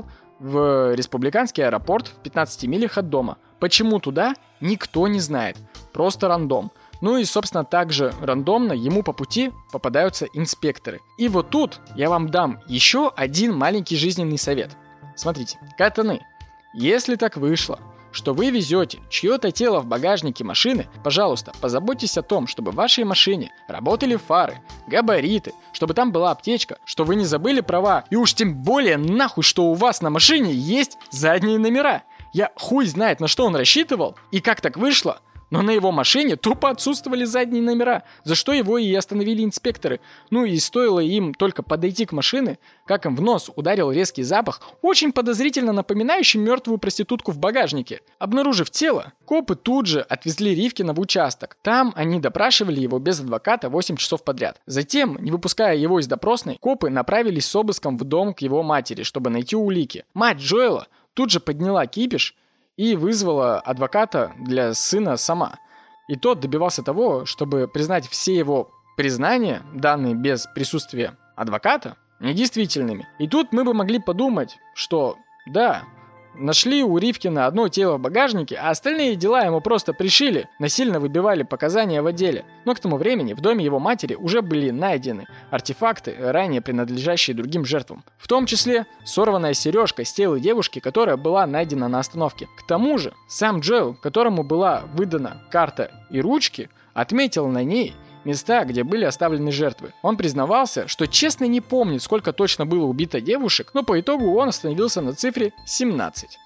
в республиканский аэропорт в 15 милях от дома. Почему туда, никто не знает. Просто рандом. Ну и, собственно, также рандомно ему по пути попадаются инспекторы. И вот тут я вам дам еще один маленький жизненный совет. Смотрите, катаны, если так вышло, что вы везете чье-то тело в багажнике машины, пожалуйста, позаботьтесь о том, чтобы в вашей машине работали фары, габариты, чтобы там была аптечка, что вы не забыли права, и уж тем более нахуй, что у вас на машине есть задние номера. Я хуй знает, на что он рассчитывал и как так вышло, но на его машине тупо отсутствовали задние номера, за что его и остановили инспекторы. Ну и стоило им только подойти к машине, как им в нос ударил резкий запах, очень подозрительно напоминающий мертвую проститутку в багажнике. Обнаружив тело, копы тут же отвезли Ривкина в участок. Там они допрашивали его без адвоката 8 часов подряд. Затем, не выпуская его из допросной, копы направились с обыском в дом к его матери, чтобы найти улики. Мать Джоэла тут же подняла кипиш и вызвала адвоката для сына сама. И тот добивался того, чтобы признать все его признания, данные без присутствия адвоката, недействительными. И тут мы бы могли подумать, что да, нашли у Ривкина одно тело в багажнике, а остальные дела ему просто пришили, насильно выбивали показания в отделе. Но к тому времени в доме его матери уже были найдены артефакты, ранее принадлежащие другим жертвам. В том числе сорванная сережка с тела девушки, которая была найдена на остановке. К тому же, сам Джоэл, которому была выдана карта и ручки, отметил на ней места, где были оставлены жертвы. Он признавался, что честно не помнит, сколько точно было убито девушек, но по итогу он остановился на цифре 17.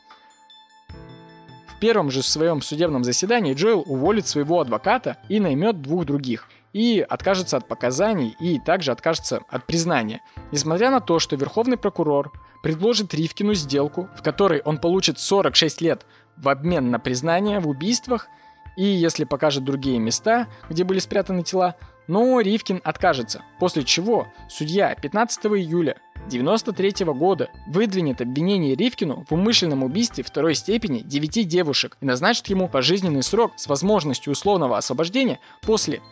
В первом же своем судебном заседании Джоэл уволит своего адвоката и наймет 2 других. и откажется от показаний, и также откажется от признания. Несмотря на то, что верховный прокурор предложит Ривкину сделку, в которой он получит 46 лет в обмен на признание в убийствах, и если покажет другие места, где были спрятаны тела, но Ривкин откажется, после чего судья 15 июля 1993 года выдвинет обвинение Ривкину в умышленном убийстве второй степени 9 девушек и назначит ему пожизненный срок с возможностью условного освобождения после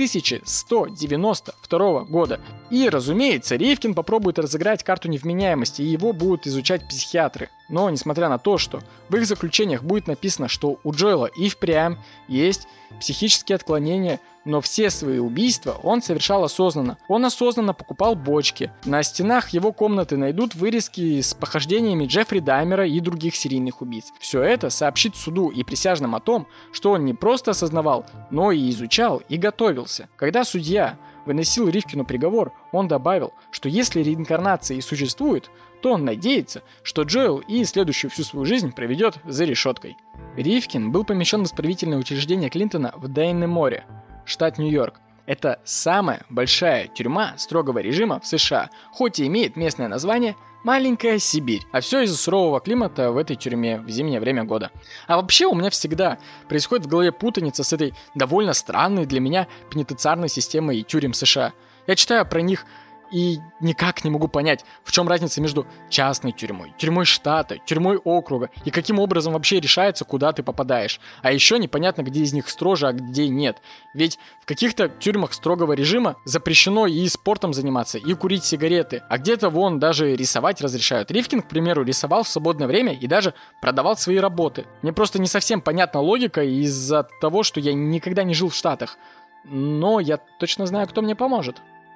2192 года. И, разумеется, Ривкин попробует разыграть карту невменяемости, и его будут изучать психиатры. Но, несмотря на то, что в их заключениях будет написано, что у Джоэла и впрямь есть психические отклонения, но все свои убийства он совершал осознанно. Он осознанно покупал бочки. На стенах его комнаты найдут вырезки с похождениями Джеффри Даймера и других серийных убийц. Все это сообщит суду и присяжным о том, что он не просто осознавал, но и изучал и готовился. Когда судья выносил Ривкину приговор, он добавил, что если реинкарнация и существует, то он надеется, что Джоэл и следующую всю свою жизнь проведет за решеткой. Ривкин был помещен в исправительное учреждение Клинтона в Дейнеморе, штат Нью-Йорк. Это самая большая тюрьма строгого режима в США, хоть и имеет местное название «Маленькая Сибирь». А все из-за сурового климата в этой тюрьме в зимнее время года. А вообще у меня всегда происходит в голове путаница с этой довольно странной для меня пенитенциарной системой тюрем США. Я читаю про них и никак не могу понять, в чем разница между частной тюрьмой, тюрьмой штата, тюрьмой округа, и каким образом вообще решается, куда ты попадаешь. А еще непонятно, где из них строже, а где нет. Ведь в каких-то тюрьмах строгого режима запрещено и спортом заниматься, и курить сигареты, а где-то вон даже рисовать разрешают. Ривкин, к примеру, рисовал в свободное время и даже продавал свои работы. Мне просто не совсем понятна логика из-за того, что я никогда не жил в Штатах. Но я точно знаю, кто мне поможет.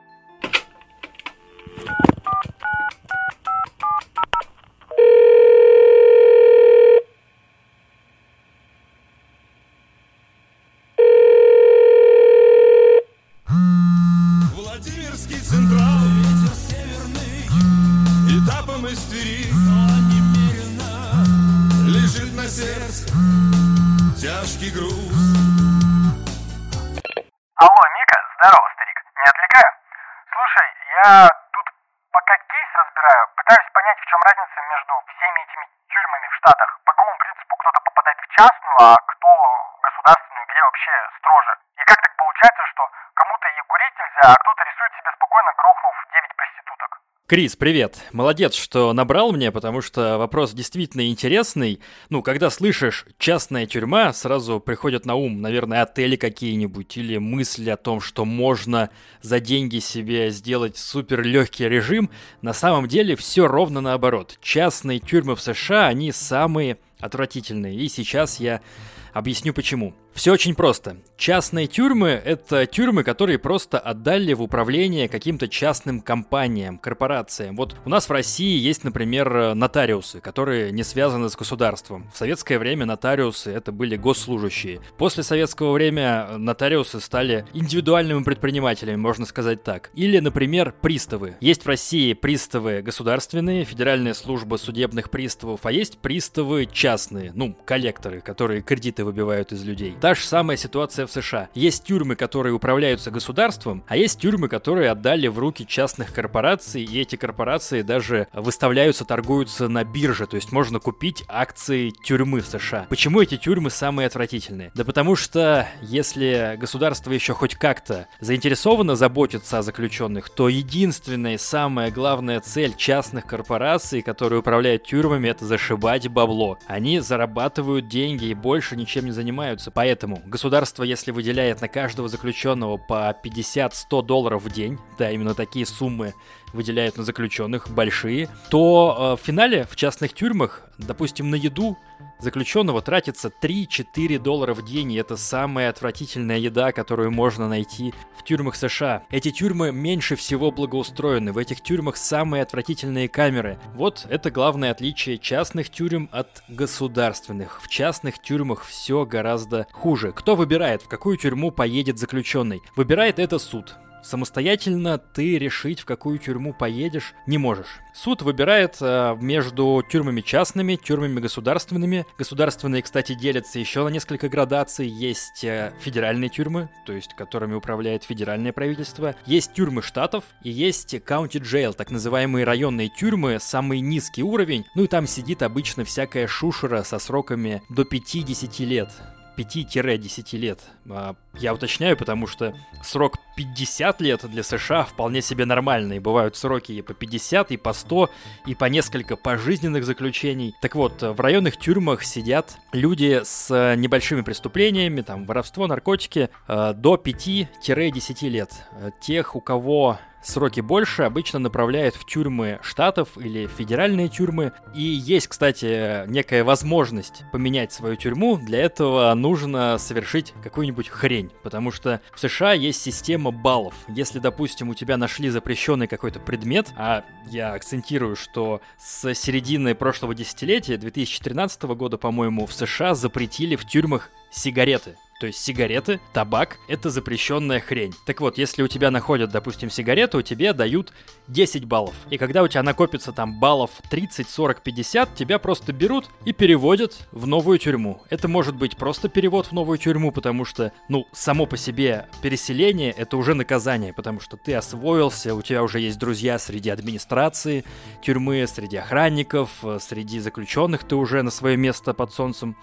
Владимирский Централ, ветер северный, этапом из Твери, немерено лежит на сердце тяжкий груз. Алло, Мика, здорово, старик, не отвлекаю? Слушай, я тут пока кейс разбираю, пытаюсь понять, в чем разница между всеми этими тюрьмами в Штатах. По какому принципу кто-то попадает в частную, а кто в государственную, где вообще строже. И как так получается, что кому-то и курить нельзя, а кто-то рисует себе спокойно, грохнув 9 проституток? Крис, привет. Молодец, что набрал мне, потому что вопрос действительно интересный. Ну, когда слышишь «частная тюрьма», сразу приходят на ум, наверное, отели какие-нибудь или мысли о том, что можно за деньги себе сделать супер легкий режим. На самом деле все ровно наоборот. Частные тюрьмы в США, они самые отвратительные. И сейчас я объясню почему. Все очень просто. Частные тюрьмы — это тюрьмы, которые просто отдали в управление каким-то частным компаниям, корпорациям. Вот у нас в России есть, например, нотариусы, которые не связаны с государством. В советское время нотариусы — это были госслужащие. После советского времени нотариусы стали индивидуальными предпринимателями, можно сказать так. Или, например, приставы. Есть в России приставы государственные, Федеральная служба судебных приставов, а есть приставы частные, коллекторы, которые кредиты выбивают из людей. Та же самая ситуация в США. Есть тюрьмы, которые управляются государством, а есть тюрьмы, которые отдали в руки частных корпораций, и эти корпорации даже выставляются, торгуются на бирже, то есть можно купить акции тюрьмы в США. Почему эти тюрьмы самые отвратительные? Да потому что если государство еще хоть как-то заинтересовано заботиться о заключенных, то единственная и самая главная цель частных корпораций, которые управляют тюрьмами, это зашибать бабло. Они зарабатывают деньги и больше ничем не занимаются. Поэтому государство, если выделяет на каждого заключенного по $50-100 в день, да, именно такие суммы выделяют на заключенных, большие, то в финале в частных тюрьмах, допустим, на еду заключенного тратится $3-4 в день, и это самая отвратительная еда, которую можно найти в тюрьмах США. Эти тюрьмы меньше всего благоустроены, в этих тюрьмах самые отвратительные камеры. Вот это главное отличие частных тюрем от государственных. В частных тюрьмах все гораздо хуже. Кто выбирает, в какую тюрьму поедет заключенный? Выбирает это суд. Самостоятельно ты решить, в какую тюрьму поедешь, не можешь. Суд выбирает между тюрьмами частными, тюрьмами государственными. Государственные, кстати, делятся еще на несколько градаций. Есть федеральные тюрьмы, то есть которыми управляет федеральное правительство. Есть тюрьмы штатов и есть county jail, так называемые районные тюрьмы, самый низкий уровень. Ну и там сидит обычно всякая шушера со сроками до 5-10 лет. 5-10 лет. Я уточняю, потому что срок 50 лет для США вполне себе нормальный. Бывают сроки и по 50, и по 100, и по несколько пожизненных заключений. Так вот, в районных тюрьмах сидят люди с небольшими преступлениями, там, воровство, наркотики, до 5-10 лет. Тех, у кого сроки больше, обычно направляют в тюрьмы штатов или федеральные тюрьмы. И есть, кстати, некая возможность поменять свою тюрьму. Для этого нужно совершить какую-нибудь хрень. Потому что в США есть система баллов. Если, допустим, у тебя нашли запрещенный какой-то предмет, а я акцентирую, что с середины прошлого десятилетия, 2013 года, по-моему, в США запретили в тюрьмах сигареты. То есть сигареты, табак — это запрещенная хрень. Так вот, если у тебя находят, допустим, сигарету, тебе дают 10 баллов. И когда у тебя накопится там баллов 30, 40, 50, тебя просто берут и переводят в новую тюрьму. Это может быть просто перевод в новую тюрьму, потому что, само по себе переселение — это уже наказание, потому что ты освоился, у тебя уже есть друзья среди администрации тюрьмы, среди охранников, среди заключенных ты уже на свое место под солнцем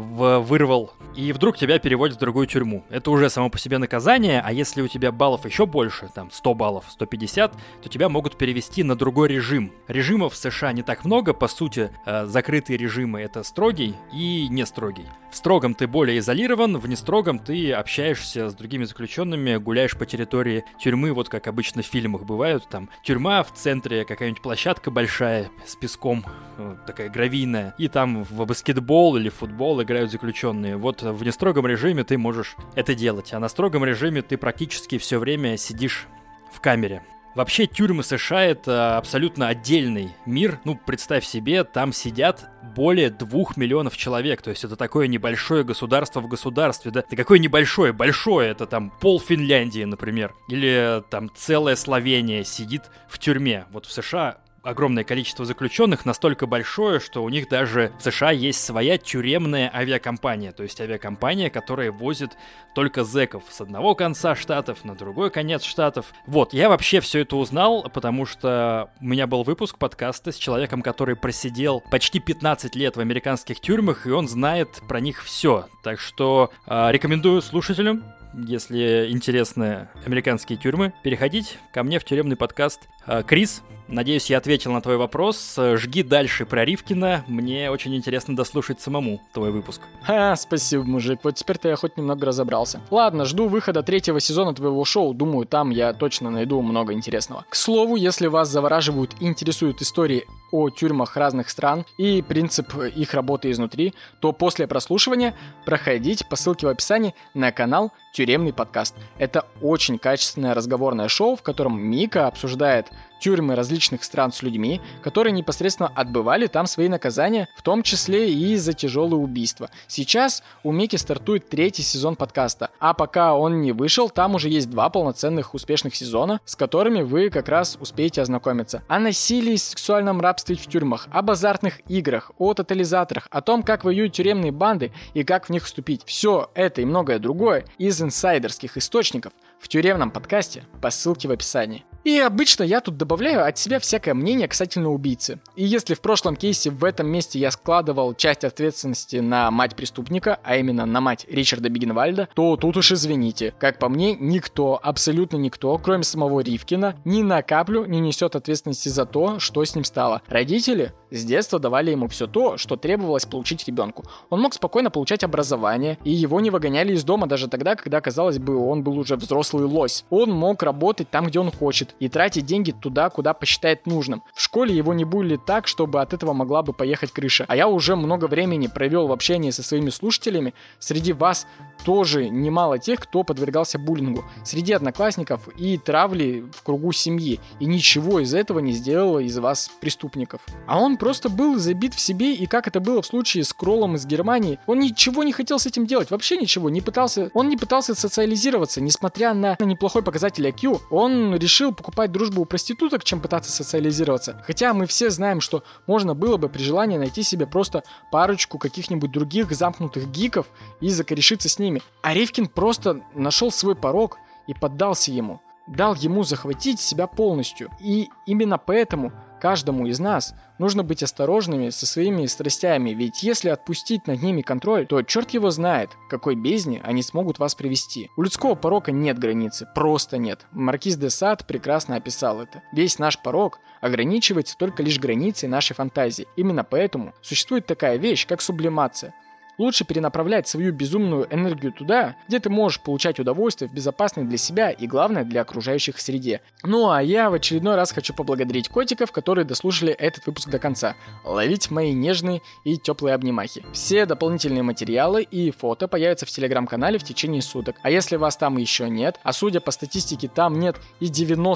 вырвал. И вдруг тебя переводят в другую тюрьму. Это уже само по себе наказание, а если у тебя баллов еще больше, там 100 баллов, 150, то тебя могут перевести на другой режим. Режимов в США не так много, по сути, закрытые режимы — это строгий и не строгий. В строгом ты более изолирован, в нестрогом ты общаешься с другими заключенными, гуляешь по территории тюрьмы, вот как обычно в фильмах бывают, там тюрьма, в центре какая-нибудь площадка большая с песком, такая гравийная, и там в баскетбол или футбол играют заключенные. Вот в нестрогом режиме ты можешь это делать, а на строгом режиме ты практически все время сидишь в камере. Вообще, тюрьмы США — это абсолютно отдельный мир. Представь себе, там сидят более 2 миллионов человек. То есть это такое небольшое государство в государстве. Да какое небольшое? Большое. Это там пол Финляндии, например. Или там целая Словения сидит в тюрьме. Вот в США огромное количество заключенных, настолько большое, что у них даже в США есть своя тюремная авиакомпания. То есть авиакомпания, которая возит только зэков с одного конца штатов на другой конец штатов. Вот, я вообще все это узнал, потому что у меня был выпуск подкаста с человеком, который просидел почти 15 лет в американских тюрьмах, и он знает про них все. Так что рекомендую слушателям, если интересны американские тюрьмы, переходить ко мне в тюремный подкаст. Крис, надеюсь, я ответил на твой вопрос. Жги дальше про Ривкина. Мне очень интересно дослушать самому твой выпуск. Спасибо, мужик. Вот теперь-то я хоть немного разобрался. Ладно, жду выхода 3-го сезона твоего шоу. Думаю, там я точно найду много интересного. К слову, если вас завораживают и интересуют истории о тюрьмах разных стран и принцип их работы изнутри, то после прослушивания проходите по ссылке в описании на канал «Тюремный подкаст». Это очень качественное разговорное шоу, в котором Мика обсуждает тюрьмы различных стран с людьми, которые непосредственно отбывали там свои наказания, в том числе и за тяжелые убийства. Сейчас у Мики стартует 3-й сезон подкаста, а пока он не вышел, там уже есть 2 полноценных успешных сезона, с которыми вы как раз успеете ознакомиться. О насилии и сексуальном рабстве в тюрьмах, об азартных играх, о тотализаторах, о том, как воюют тюремные банды и как в них вступить. Все это и многое другое из инсайдерских источников в тюремном подкасте по ссылке в описании. И обычно я тут добавляю от себя всякое мнение касательно убийцы. И если в прошлом кейсе в этом месте я складывал часть ответственности на мать преступника, а именно на мать Ричарда Бигенвальда, то тут уж извините. Как по мне, никто, абсолютно никто, кроме самого Ривкина, ни на каплю не несет ответственности за то, что с ним стало. Родители с детства давали ему все то, что требовалось получить ребенку. Он мог спокойно получать образование, и его не выгоняли из дома даже тогда, когда, казалось бы, он был уже взрослый лось. Он мог работать там, где он хочет, и тратить деньги туда, куда посчитает нужным. В школе его не булили так, чтобы от этого могла бы поехать крыша. А я уже много времени провел в общении со своими слушателями. Среди вас тоже немало тех, кто подвергался буллингу. Среди одноклассников и травли в кругу семьи. И ничего из этого не сделало из вас преступников. А он просто был забит в себе, и как это было в случае с Кроллом из Германии, он ничего не хотел с этим делать, вообще ничего, он не пытался социализироваться, несмотря на неплохой показатель IQ, он решил покупать дружбу у проституток, чем пытаться социализироваться. Хотя мы все знаем, что можно было бы при желании найти себе просто парочку каких-нибудь других замкнутых гиков и закорешиться с ними. А Ривкин просто нашел свой порог и поддался ему. Дал ему захватить себя полностью. И именно поэтому каждому из нас нужно быть осторожными со своими страстями, ведь если отпустить над ними контроль, то черт его знает, к какой бездне они смогут вас привести. У людского порока нет границы, просто нет. Маркиз де Сад прекрасно описал это. Весь наш порок ограничивается только лишь границей нашей фантазии. Именно поэтому существует такая вещь, как сублимация. Лучше перенаправлять свою безумную энергию туда, где ты можешь получать удовольствие в безопасной для себя и, главное, для окружающих среде. Ну а я в очередной раз хочу поблагодарить котиков, которые дослушали этот выпуск до конца. Ловить мои нежные и теплые обнимахи. Все дополнительные материалы и фото появятся в телеграм-канале в течение суток. А если вас там еще нет, а судя по статистике там нет и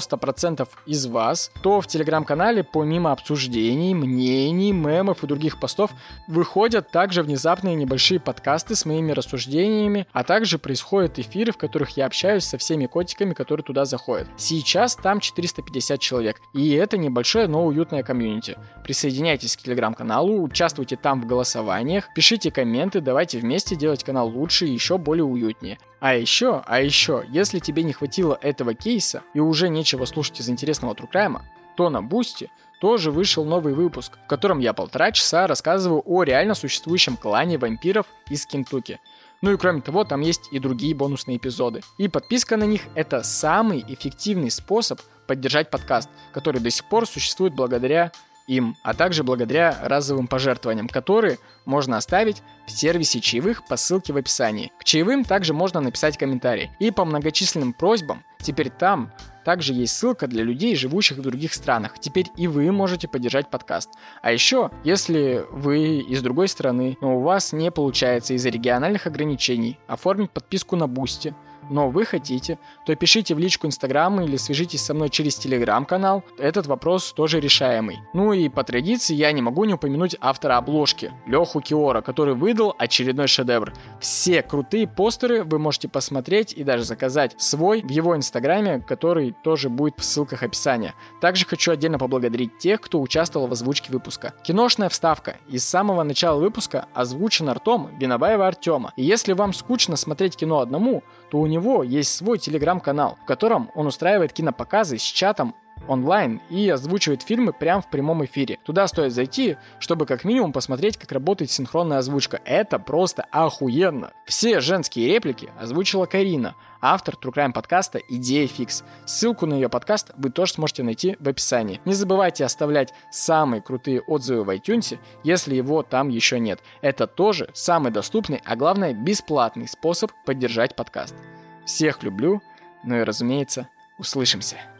90% из вас, то в телеграм-канале помимо обсуждений, мнений, мемов и других постов выходят также внезапные небольшие подкасты с моими рассуждениями, а также происходят эфиры, в которых я общаюсь со всеми котиками, которые туда заходят. Сейчас там 450 человек, и это небольшое, но уютное комьюнити. Присоединяйтесь к телеграм-каналу, участвуйте там в голосованиях, пишите комменты, давайте вместе делать канал лучше и еще более уютнее. А еще, если тебе не хватило этого кейса и уже нечего слушать из интересного True Crime, то на Бусти тоже вышел новый выпуск, в котором я 1,5 часа рассказываю о реально существующем клане вампиров из Кентукки. Ну и кроме того, там есть и другие бонусные эпизоды. И подписка на них — это самый эффективный способ поддержать подкаст, который до сих пор существует благодаря им, а также благодаря разовым пожертвованиям, которые можно оставить в сервисе чаевых по ссылке в описании. К чаевым также можно написать комментарий. И по многочисленным просьбам теперь там также есть ссылка для людей, живущих в других странах. Теперь и вы можете поддержать подкаст. А еще, если вы из другой страны, но у вас не получается из-за региональных ограничений оформить подписку на Бусти, но вы хотите, то пишите в личку Инстаграма или свяжитесь со мной через Телеграм-канал. Этот вопрос тоже решаемый. Ну и по традиции я не могу не упомянуть автора обложки, Леху Киора, который выдал очередной шедевр. Все крутые постеры вы можете посмотреть и даже заказать свой в его Инстаграме, который тоже будет в ссылках описания. Также хочу отдельно поблагодарить тех, кто участвовал в озвучке выпуска. Киношная вставка из самого начала выпуска озвучена ртом Винобаева Артема. И если вам скучно смотреть кино одному, то у него есть свой телеграм-канал, в котором он устраивает кинопоказы с чатом онлайн и озвучивает фильмы прямо в прямом эфире. Туда стоит зайти, чтобы как минимум посмотреть, как работает синхронная озвучка. Это просто охуенно. Все женские реплики озвучила Карина, автор True Crime подкаста «Идея Фикс». Ссылку на ее подкаст вы тоже сможете найти в описании. Не забывайте оставлять самые крутые отзывы в iTunes, если его там еще нет. Это тоже самый доступный, а главное бесплатный способ поддержать подкаст. Всех люблю, ну и разумеется, услышимся.